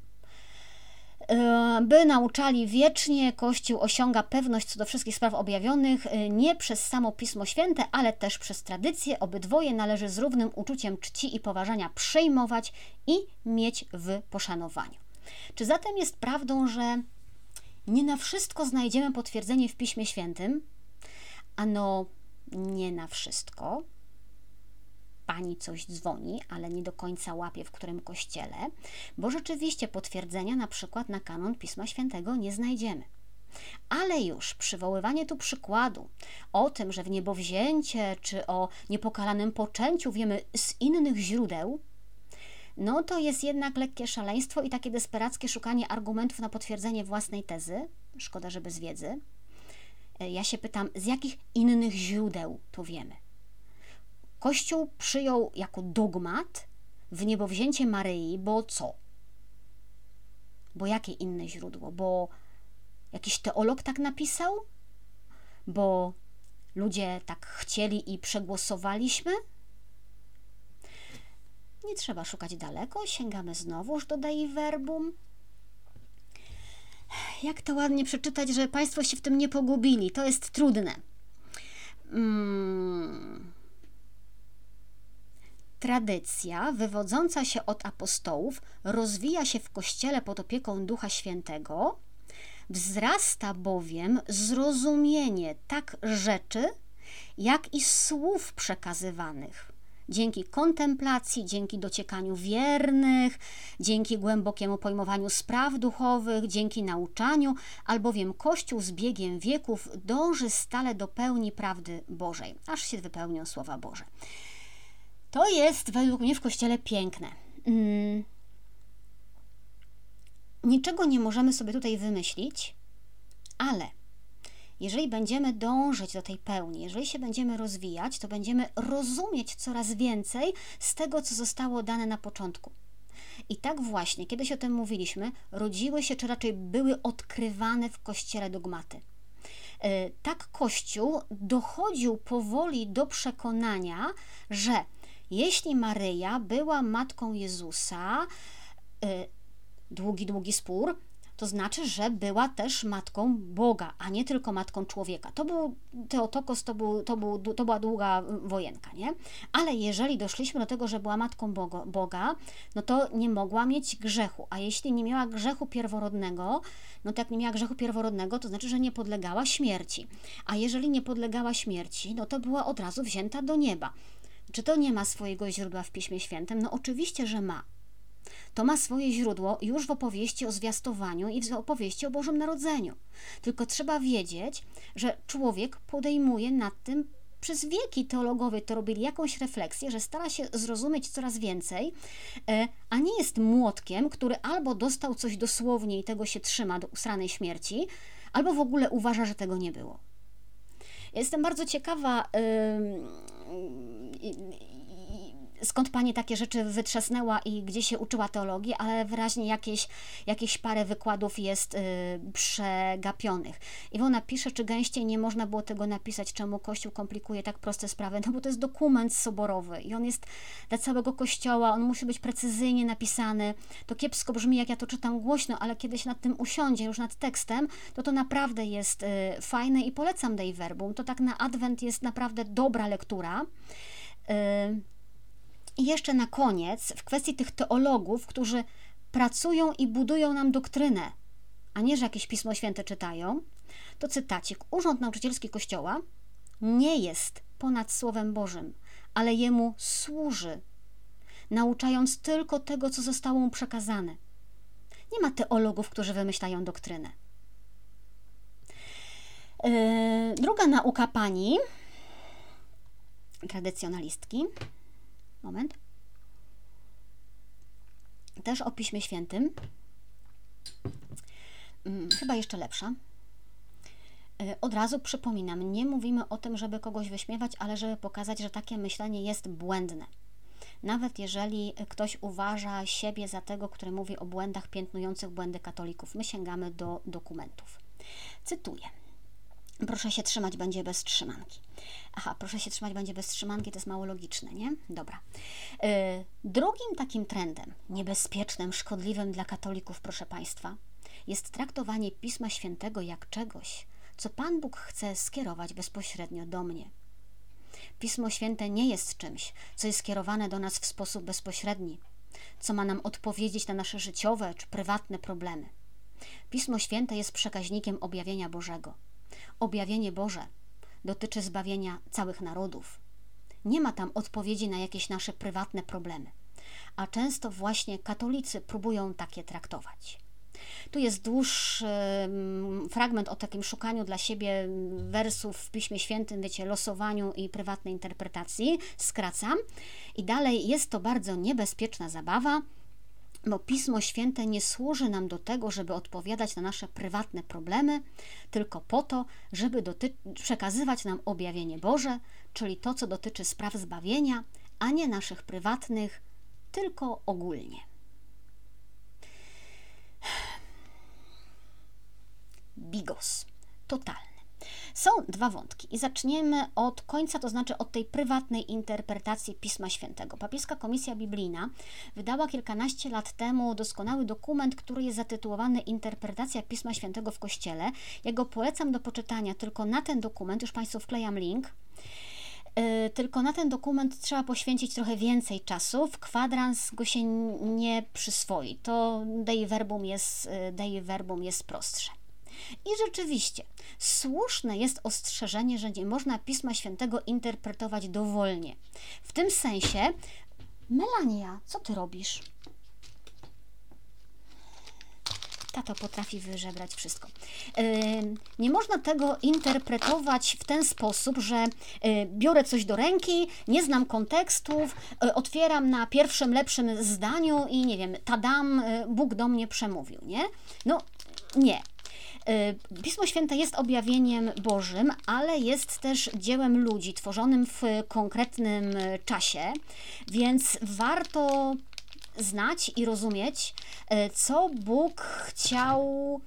by nauczali wiecznie. Kościół osiąga pewność co do wszystkich spraw objawionych nie przez samo Pismo Święte, ale też przez tradycję. Obydwoje należy z równym uczuciem czci i poważania przyjmować i mieć w poszanowaniu. Czy zatem jest prawdą, że nie na wszystko znajdziemy potwierdzenie w Piśmie Świętym? Ano, nie na wszystko. Pani coś dzwoni, ale nie do końca łapie, w którym kościele, bo rzeczywiście potwierdzenia na przykład na kanon Pisma Świętego nie znajdziemy. Ale już przywoływanie tu przykładu o tym, że w niebowzięcie czy o niepokalanym poczęciu wiemy z innych źródeł, no to jest jednak lekkie szaleństwo i takie desperackie szukanie argumentów na potwierdzenie własnej tezy. Szkoda, że bez wiedzy. Ja się pytam, z jakich innych źródeł to wiemy? Kościół przyjął jako dogmat w niebowzięcie Maryi, bo co? Bo jakie inne źródło? Bo jakiś teolog tak napisał? Bo ludzie tak chcieli i przegłosowaliśmy? Nie trzeba szukać daleko, sięgamy znowuż do Dei Verbum. Jak to ładnie przeczytać, że Państwo się w tym nie pogubili? To jest trudne. Tradycja wywodząca się od apostołów rozwija się w Kościele pod opieką Ducha Świętego, wzrasta bowiem zrozumienie tak rzeczy, jak i słów przekazywanych. Dzięki kontemplacji, dzięki dociekaniu wiernych, dzięki głębokiemu pojmowaniu spraw duchowych, dzięki nauczaniu, albowiem Kościół z biegiem wieków dąży stale do pełni prawdy Bożej, aż się wypełnią słowa Boże. To jest według mnie w Kościele piękne. Niczego nie możemy sobie tutaj wymyślić, ale jeżeli będziemy dążyć do tej pełni, jeżeli się będziemy rozwijać, to będziemy rozumieć coraz więcej z tego, co zostało dane na początku. I tak właśnie, kiedyś o tym mówiliśmy, rodziły się, czy raczej były odkrywane w Kościele dogmaty. Tak Kościół dochodził powoli do przekonania, że jeśli Maryja była matką Jezusa, długi spór, to znaczy, że była też matką Boga, a nie tylko matką człowieka. To był Teotokos, to była długa wojenka, nie? Ale jeżeli doszliśmy do tego, że była matką Boga, no to nie mogła mieć grzechu, a jeśli nie miała grzechu pierworodnego, no to jak nie miała grzechu pierworodnego, to znaczy, że nie podlegała śmierci. A jeżeli nie podlegała śmierci, no to była od razu wzięta do nieba. Czy to nie ma swojego źródła w Piśmie Świętym? No oczywiście, że ma. To ma swoje źródło już w opowieści o zwiastowaniu i w opowieści o Bożym Narodzeniu. Tylko trzeba wiedzieć, że człowiek podejmuje nad tym przez wieki. Teologowie to robili jakąś refleksję, że stara się zrozumieć coraz więcej, a nie jest młotkiem, który albo dostał coś dosłownie i tego się trzyma do usranej śmierci, albo w ogóle uważa, że tego nie było. Jestem bardzo ciekawa, skąd Pani takie rzeczy wytrzasnęła i gdzie się uczyła teologii, ale wyraźnie jakieś parę wykładów jest przegapionych. Iwona pisze, czy gęściej nie można było tego napisać, czemu Kościół komplikuje tak proste sprawy, no bo to jest dokument soborowy i on jest dla całego Kościoła, on musi być precyzyjnie napisany. To kiepsko brzmi, jak ja to czytam głośno, ale kiedy się nad tym usiądzie, już nad tekstem, to naprawdę jest fajne i polecam Dei Verbum. To tak na Adwent jest naprawdę dobra lektura. I jeszcze na koniec, w kwestii tych teologów, którzy pracują i budują nam doktrynę, a nie, że jakieś Pismo Święte czytają, to cytacik. Urząd Nauczycielski Kościoła nie jest ponad Słowem Bożym, ale jemu służy, nauczając tylko tego, co zostało mu przekazane. Nie ma teologów, którzy wymyślają doktrynę. Druga nauka pani, tradycjonalistki, moment, też o Piśmie Świętym, chyba jeszcze lepsza. Od razu przypominam, nie mówimy o tym, żeby kogoś wyśmiewać, ale żeby pokazać, że takie myślenie jest błędne. Nawet jeżeli ktoś uważa siebie za tego, który mówi o błędach piętnujących błędy katolików, my sięgamy do dokumentów. Cytuję. Proszę się trzymać będzie bez trzymanki. Aha, proszę się trzymać będzie bez trzymanki, to jest mało logiczne, nie? Dobra. Drugim takim trendem, niebezpiecznym, szkodliwym dla katolików, proszę Państwa, jest traktowanie Pisma Świętego jak czegoś, co Pan Bóg chce skierować bezpośrednio do mnie. Pismo Święte nie jest czymś, co jest skierowane do nas w sposób bezpośredni, co ma nam odpowiedzieć na nasze życiowe czy prywatne problemy. Pismo Święte jest przekaźnikiem objawienia Bożego. Objawienie Boże dotyczy zbawienia całych narodów. Nie ma tam odpowiedzi na jakieś nasze prywatne problemy, a często właśnie katolicy próbują takie traktować. Tu jest dłuższy fragment o takim szukaniu dla siebie wersów w Piśmie Świętym, wiecie, losowaniu i prywatnej interpretacji. Skracam. I dalej jest to bardzo niebezpieczna zabawa, bo Pismo Święte nie służy nam do tego, żeby odpowiadać na nasze prywatne problemy, tylko po to, żeby przekazywać nam objawienie Boże, czyli to, co dotyczy spraw zbawienia, a nie naszych prywatnych, tylko ogólnie. Bigos. Totalny. Są dwa wątki i zaczniemy od końca, to znaczy od tej prywatnej interpretacji Pisma Świętego. Papieska Komisja Biblijna wydała kilkanaście lat temu doskonały dokument, który jest zatytułowany Interpretacja Pisma Świętego w Kościele. Ja go polecam do poczytania, tylko na ten dokument, już Państwu wklejam link, tylko na ten dokument trzeba poświęcić trochę więcej czasu, w kwadrans go się nie przyswoi. To Dei Verbum jest prostsze. I rzeczywiście, słuszne jest ostrzeżenie, że nie można Pisma Świętego interpretować dowolnie. W tym sensie, Melania, co ty robisz? Tato potrafi wyżebrać wszystko. Nie można tego interpretować w ten sposób, że biorę coś do ręki, nie znam kontekstów, otwieram na pierwszym lepszym zdaniu i nie wiem, tadam, Bóg do mnie przemówił, nie? No, nie. Pismo Święte jest objawieniem Bożym, ale jest też dziełem ludzi, tworzonym w konkretnym czasie, więc warto znać i rozumieć, co Bóg chciał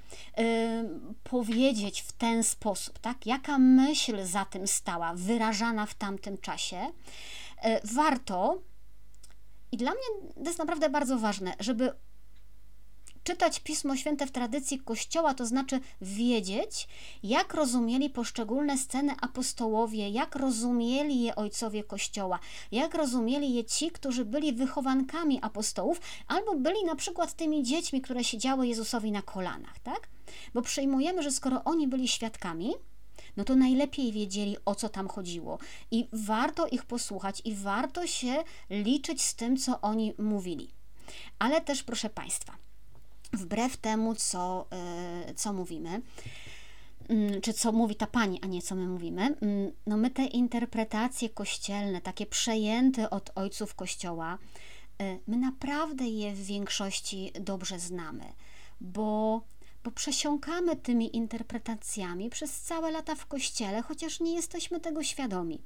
powiedzieć w ten sposób, tak? Jaka myśl za tym stała, wyrażana w tamtym czasie. Warto, i dla mnie to jest naprawdę bardzo ważne, żeby czytać Pismo Święte w tradycji Kościoła, to znaczy wiedzieć, jak rozumieli poszczególne sceny apostołowie, jak rozumieli je ojcowie Kościoła, jak rozumieli je ci, którzy byli wychowankami apostołów, albo byli na przykład tymi dziećmi, które siedziały Jezusowi na kolanach, tak? Bo przyjmujemy, że skoro oni byli świadkami, no to najlepiej wiedzieli, o co tam chodziło. I warto ich posłuchać i warto się liczyć z tym, co oni mówili. Ale też, proszę Państwa, wbrew temu, co mówimy, czy co mówi ta pani, a nie co my mówimy, no my te interpretacje kościelne, takie przejęte od ojców Kościoła, my naprawdę je w większości dobrze znamy, bo przesiąkamy tymi interpretacjami przez całe lata w Kościele, chociaż nie jesteśmy tego świadomi.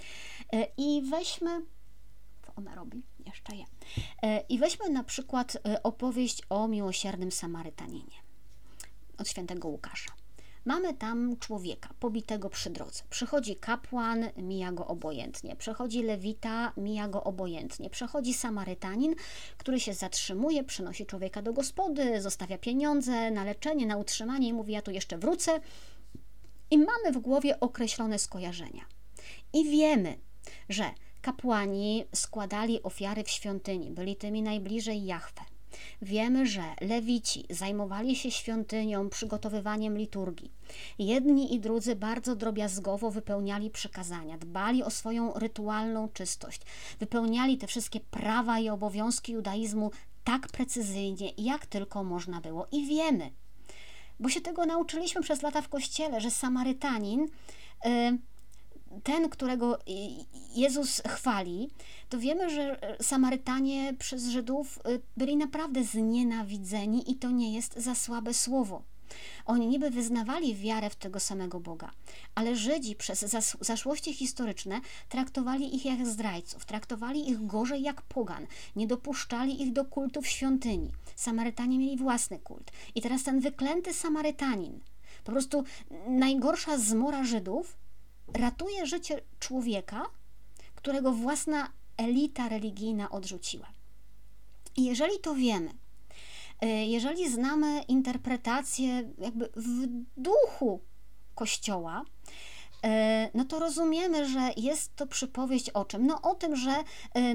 I weźmy... Ona robi? Jeszcze je. I weźmy na przykład opowieść o miłosiernym Samarytaninie od świętego Łukasza. Mamy tam człowieka pobitego przy drodze. Przychodzi kapłan, mija go obojętnie. Przechodzi lewita, mija go obojętnie. Przechodzi Samarytanin, który się zatrzymuje, przynosi człowieka do gospody, zostawia pieniądze na leczenie, na utrzymanie i mówi: ja tu jeszcze wrócę. I mamy w głowie określone skojarzenia. I wiemy, że Kapłani składali ofiary w świątyni, byli tymi najbliżej Jahwe. Wiemy, że Lewici zajmowali się świątynią, przygotowywaniem liturgii. Jedni i drudzy bardzo drobiazgowo wypełniali przykazania, dbali o swoją rytualną czystość, wypełniali te wszystkie prawa i obowiązki judaizmu tak precyzyjnie, jak tylko można było. I wiemy, bo się tego nauczyliśmy przez lata w Kościele, że Samarytanin, ten, którego Jezus chwali, to wiemy, że Samarytanie przez Żydów byli naprawdę znienawidzeni i to nie jest za słabe słowo. Oni niby wyznawali wiarę w tego samego Boga, ale Żydzi przez zaszłości historyczne traktowali ich jak zdrajców, traktowali ich gorzej jak pogan, nie dopuszczali ich do kultu w świątyni. Samarytanie mieli własny kult. I teraz ten wyklęty Samarytanin, po prostu najgorsza zmora Żydów, ratuje życie człowieka, którego własna elita religijna odrzuciła. I jeżeli to wiemy, jeżeli znamy interpretację jakby w duchu Kościoła, no to rozumiemy, że jest to przypowieść o czym? No o tym, że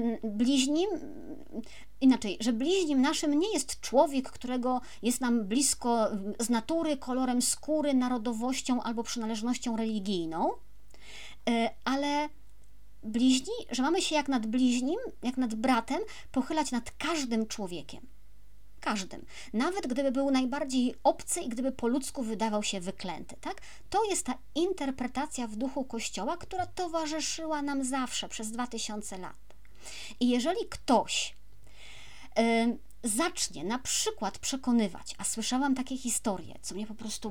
że bliźnim naszym nie jest człowiek, którego jest nam blisko z natury, kolorem skóry, narodowością albo przynależnością religijną, ale bliźni, że mamy się jak nad bliźnim, jak nad bratem, pochylać nad każdym człowiekiem. Każdym. Nawet gdyby był najbardziej obcy i gdyby po ludzku wydawał się wyklęty, tak? To jest ta interpretacja w duchu Kościoła, która towarzyszyła nam zawsze przez 2000 lat. I jeżeli ktoś zacznie na przykład przekonywać, a słyszałam takie historie, co mnie po prostu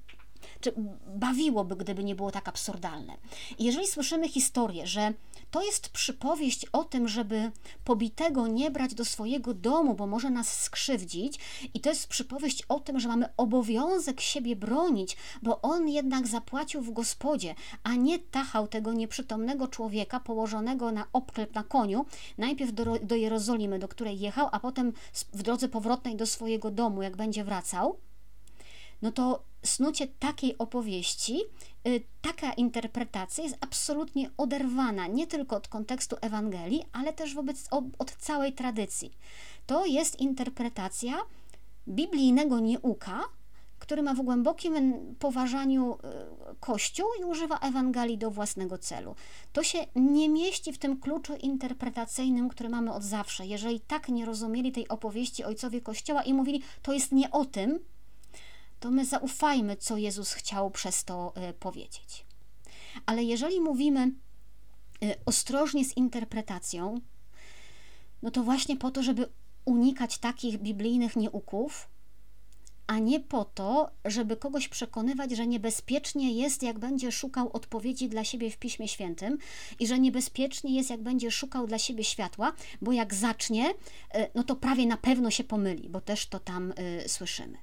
bawiłoby, gdyby nie było tak absurdalne. I jeżeli słyszymy historię, że to jest przypowieść o tym, żeby pobitego nie brać do swojego domu, bo może nas skrzywdzić, i to jest przypowieść o tym, że mamy obowiązek siebie bronić, bo on jednak zapłacił w gospodzie, a nie tachał tego nieprzytomnego człowieka położonego na obklep na koniu, najpierw do Jerozolimy, do której jechał, a potem w drodze powrotnej do swojego domu, jak będzie wracał, no to snucie takiej opowieści, taka interpretacja jest absolutnie oderwana nie tylko od kontekstu Ewangelii, ale też od całej tradycji. To jest interpretacja biblijnego nieuka, który ma w głębokim poważaniu Kościół i używa Ewangelii do własnego celu. To się nie mieści w tym kluczu interpretacyjnym, który mamy od zawsze. Jeżeli tak nie rozumieli tej opowieści ojcowie Kościoła i mówili, to jest nie o tym, to my zaufajmy, co Jezus chciał przez to powiedzieć. Ale jeżeli mówimy ostrożnie z interpretacją, no to właśnie po to, żeby unikać takich biblijnych nieuków, a nie po to, żeby kogoś przekonywać, że niebezpiecznie jest, jak będzie szukał odpowiedzi dla siebie w Piśmie Świętym i że niebezpiecznie jest, jak będzie szukał dla siebie światła, bo jak zacznie, no to prawie na pewno się pomyli, bo też to tam słyszymy.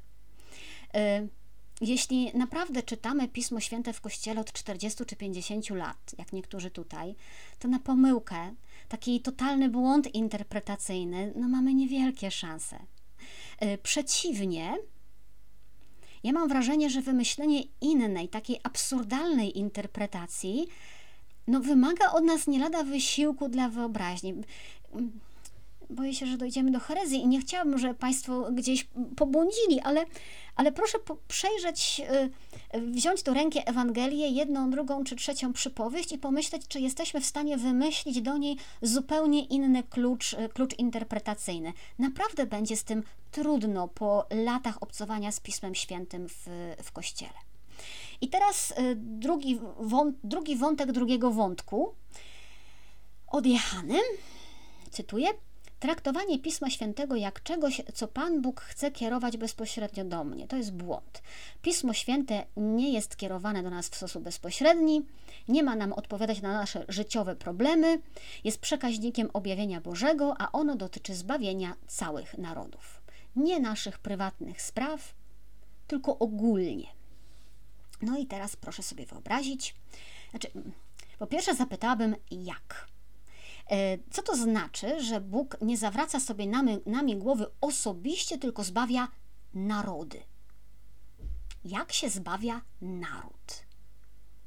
Jeśli naprawdę czytamy Pismo Święte w Kościele od 40 czy 50 lat, jak niektórzy tutaj, to na pomyłkę, taki totalny błąd interpretacyjny, no mamy niewielkie szanse. Przeciwnie, ja mam wrażenie, że wymyślenie innej, takiej absurdalnej interpretacji, no wymaga od nas nie lada wysiłku dla wyobraźni. Boję się, że dojdziemy do herezji i nie chciałabym, żeby Państwo gdzieś pobłądzili, ale proszę przejrzeć, wziąć do ręki Ewangelię, jedną, drugą czy trzecią przypowieść i pomyśleć, czy jesteśmy w stanie wymyślić do niej zupełnie inny klucz interpretacyjny. Naprawdę będzie z tym trudno po latach obcowania z Pismem Świętym w Kościele. I teraz drugi wątek drugiego wątku, odjechany, cytuję: traktowanie Pisma Świętego jak czegoś, co Pan Bóg chce kierować bezpośrednio do mnie. To jest błąd. Pismo Święte nie jest kierowane do nas w sposób bezpośredni, nie ma nam odpowiadać na nasze życiowe problemy, jest przekaźnikiem objawienia Bożego, a ono dotyczy zbawienia całych narodów. Nie naszych prywatnych spraw, tylko ogólnie. No i teraz proszę sobie wyobrazić, po pierwsze zapytałabym, jak? Co to znaczy, że Bóg nie zawraca sobie nami głowy osobiście, tylko zbawia narody? Jak się zbawia naród?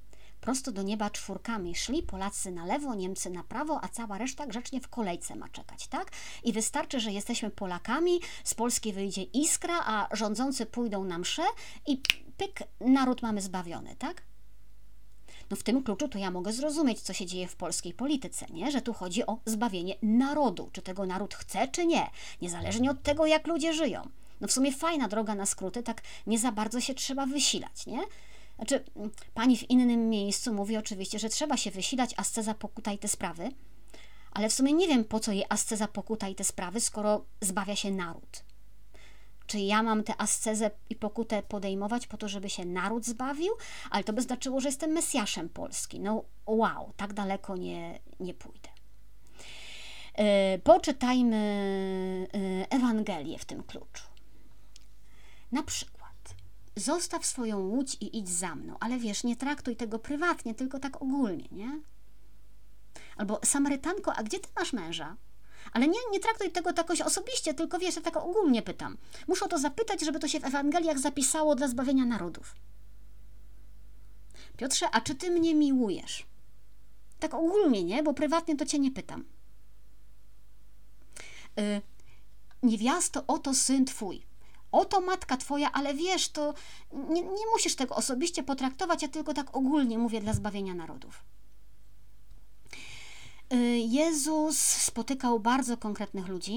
prosto do nieba czwórkami szli, Polacy na lewo, Niemcy na prawo, a cała reszta grzecznie w kolejce ma czekać, tak? I wystarczy, że jesteśmy Polakami, z Polski wyjdzie iskra, a rządzący pójdą na mszę i pyk, naród mamy zbawiony, tak? No w tym kluczu to ja mogę zrozumieć, co się dzieje w polskiej polityce, nie? Że tu chodzi o zbawienie narodu, czy tego naród chce, czy nie, niezależnie od tego, jak ludzie żyją. No w sumie fajna droga na skróty, tak nie za bardzo się trzeba wysilać, nie? Znaczy, pani w innym miejscu mówi oczywiście, że trzeba się wysilać, asceza, pokuta i te sprawy, ale w sumie nie wiem, po co jej asceza, pokuta i te sprawy, skoro zbawia się naród. Czy ja mam tę ascezę i pokutę podejmować po to, żeby się naród zbawił? Ale to by znaczyło, że jestem Mesjaszem Polski. No wow, tak daleko nie pójdę. Poczytajmy Ewangelię w tym kluczu. Na przykład, zostaw swoją łódź i idź za mną, ale wiesz, nie traktuj tego prywatnie, tylko tak ogólnie, nie? Albo Samarytanko, a gdzie ty masz męża? Ale nie traktuj tego tak jakoś osobiście, tylko wiesz, ja tak ogólnie pytam. Muszę o to zapytać, żeby to się w Ewangeliach zapisało dla zbawienia narodów. Piotrze, a czy ty mnie miłujesz? Tak ogólnie, nie? Bo prywatnie to cię nie pytam. Niewiasto, oto syn twój. Oto matka twoja, ale wiesz, to nie musisz tego osobiście potraktować, ja tylko tak ogólnie mówię dla zbawienia narodów. Jezus spotykał bardzo konkretnych ludzi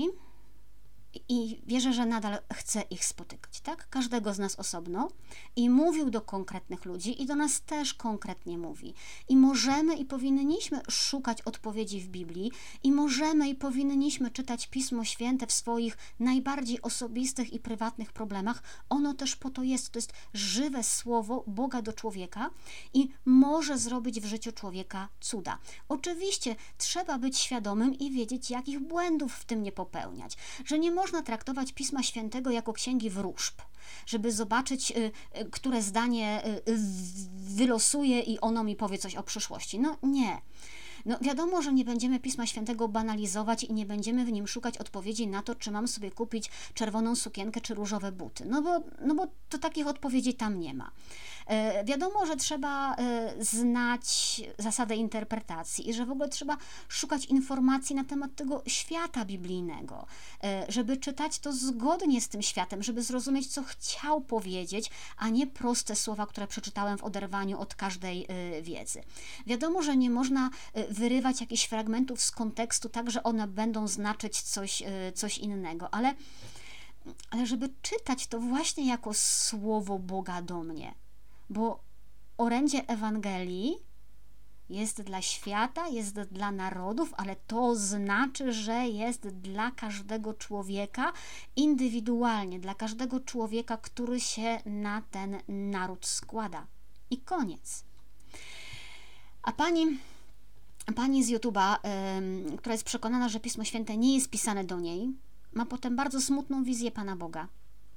i wierzę, że nadal chce ich spotykać, tak? Każdego z nas osobno i mówił do konkretnych ludzi i do nas też konkretnie mówi. I możemy i powinniśmy szukać odpowiedzi w Biblii i możemy i powinniśmy czytać Pismo Święte w swoich najbardziej osobistych i prywatnych problemach. Ono też po to jest żywe słowo Boga do człowieka i może zrobić w życiu człowieka cuda. Oczywiście trzeba być świadomym i wiedzieć, jakich błędów w tym nie popełniać, że nie można traktować Pisma Świętego jako księgi wróżb, żeby zobaczyć, które zdanie wylosuje i ono mi powie coś o przyszłości. No nie. No wiadomo, że nie będziemy Pisma Świętego banalizować i nie będziemy w nim szukać odpowiedzi na to, czy mam sobie kupić czerwoną sukienkę czy różowe buty. No bo to takich odpowiedzi tam nie ma. Wiadomo, że trzeba znać zasadę interpretacji i że w ogóle trzeba szukać informacji na temat tego świata biblijnego, żeby czytać to zgodnie z tym światem, żeby zrozumieć, co chciał powiedzieć, a nie proste słowa, które przeczytałem w oderwaniu od każdej wiedzy. Wiadomo, że nie można wyrywać jakichś fragmentów z kontekstu tak, że one będą znaczyć coś innego, ale żeby czytać to właśnie jako słowo Boga do mnie, bo orędzie Ewangelii jest dla świata, jest dla narodów, ale to znaczy, że jest dla każdego człowieka indywidualnie, dla każdego człowieka, który się na ten naród składa. I koniec. A pani z YouTube'a, która jest przekonana, że Pismo Święte nie jest pisane do niej, ma potem bardzo smutną wizję Pana Boga.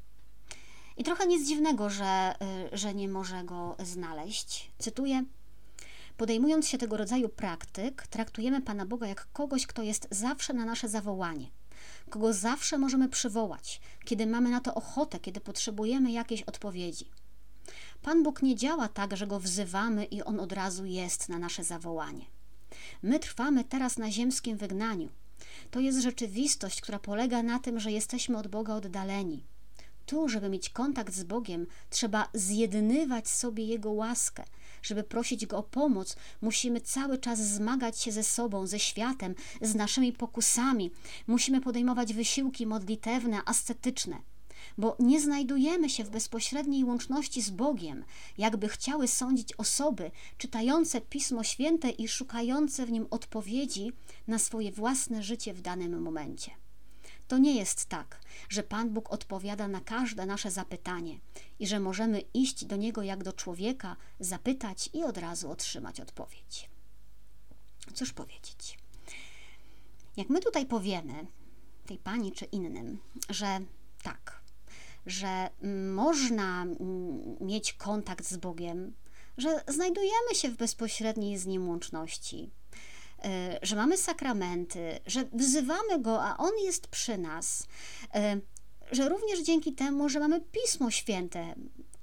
I trochę nic dziwnego, że nie może go znaleźć. Cytuję: podejmując się tego rodzaju praktyk, traktujemy Pana Boga jak kogoś, kto jest zawsze na nasze zawołanie, kogo zawsze możemy przywołać, kiedy mamy na to ochotę, kiedy potrzebujemy jakiejś odpowiedzi. Pan Bóg nie działa tak, że Go wzywamy i On od razu jest na nasze zawołanie. My trwamy teraz na ziemskim wygnaniu. To jest rzeczywistość, która polega na tym, że jesteśmy od Boga oddaleni. Tu, żeby mieć kontakt z Bogiem, trzeba zjednywać sobie Jego łaskę. Żeby prosić Go o pomoc, musimy cały czas zmagać się ze sobą, ze światem, z naszymi pokusami. Musimy podejmować wysiłki modlitewne, ascetyczne, bo nie znajdujemy się w bezpośredniej łączności z Bogiem, jakby chciały sądzić osoby czytające Pismo Święte i szukające w nim odpowiedzi na swoje własne życie w danym momencie. To nie jest tak, że Pan Bóg odpowiada na każde nasze zapytanie i że możemy iść do Niego jak do człowieka, zapytać i od razu otrzymać odpowiedź. Cóż powiedzieć? Jak my tutaj powiemy, tej pani czy innym, że tak, że można mieć kontakt z Bogiem, że znajdujemy się w bezpośredniej z Nim łączności, że mamy sakramenty, że wzywamy Go, a On jest przy nas, że również dzięki temu, że mamy Pismo Święte,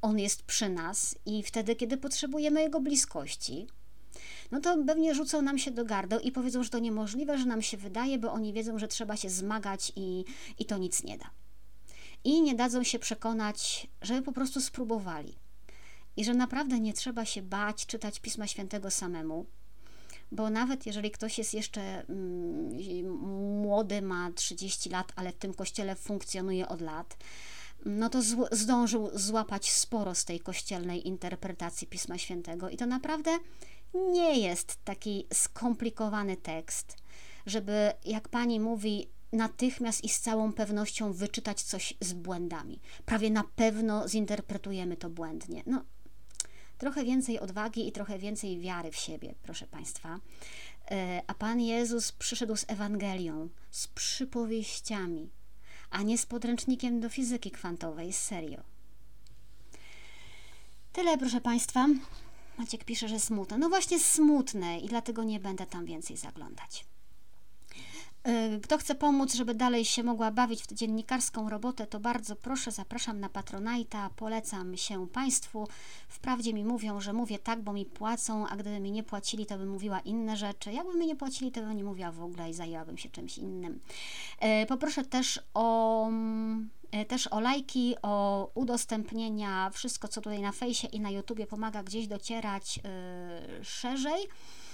On jest przy nas i wtedy, kiedy potrzebujemy Jego bliskości, no to pewnie rzucą nam się do gardeł i powiedzą, że to niemożliwe, że nam się wydaje, bo oni wiedzą, że trzeba się zmagać i to nic nie da. I nie dadzą się przekonać, żeby po prostu spróbowali. I że naprawdę nie trzeba się bać czytać Pisma Świętego samemu, bo nawet jeżeli ktoś jest jeszcze młody, ma 30 lat, ale w tym kościele funkcjonuje od lat, no to zdążył złapać sporo z tej kościelnej interpretacji Pisma Świętego i to naprawdę nie jest taki skomplikowany tekst, żeby, jak pani mówi, natychmiast i z całą pewnością wyczytać coś z błędami. Prawie na pewno zinterpretujemy to błędnie. No, trochę więcej odwagi i trochę więcej wiary w siebie, proszę Państwa. A Pan Jezus przyszedł z Ewangelią, z przypowieściami, a nie z podręcznikiem do fizyki kwantowej, serio. Tyle, proszę Państwa. Maciek pisze, że smutne. No właśnie smutne i dlatego nie będę tam więcej zaglądać. Kto chce pomóc, żeby dalej się mogła bawić w tę dziennikarską robotę, to bardzo proszę, zapraszam na Patronite'a, polecam się Państwu. Wprawdzie mi mówią, że mówię tak, bo mi płacą, a gdyby mi nie płacili, to bym mówiła inne rzeczy. Jakby mi nie płacili, to bym nie mówiła w ogóle i zajęłabym się czymś innym. Poproszę też o lajki, o udostępnienia, wszystko co tutaj na fejsie i na YouTubie pomaga gdzieś docierać szerzej.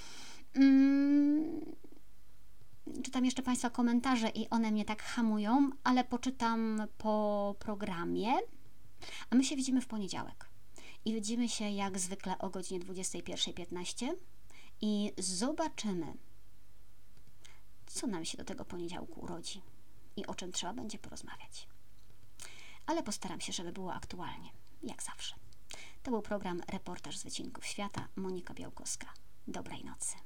Czytam jeszcze Państwa komentarze i one mnie tak hamują, ale poczytam po programie, a my się widzimy w poniedziałek. I widzimy się jak zwykle o godzinie 21:15 i zobaczymy, co nam się do tego poniedziałku urodzi i o czym trzeba będzie porozmawiać. Ale postaram się, żeby było aktualnie, jak zawsze. To był program Reportaż z Wycinków Świata. Monika Białkowska. Dobrej nocy.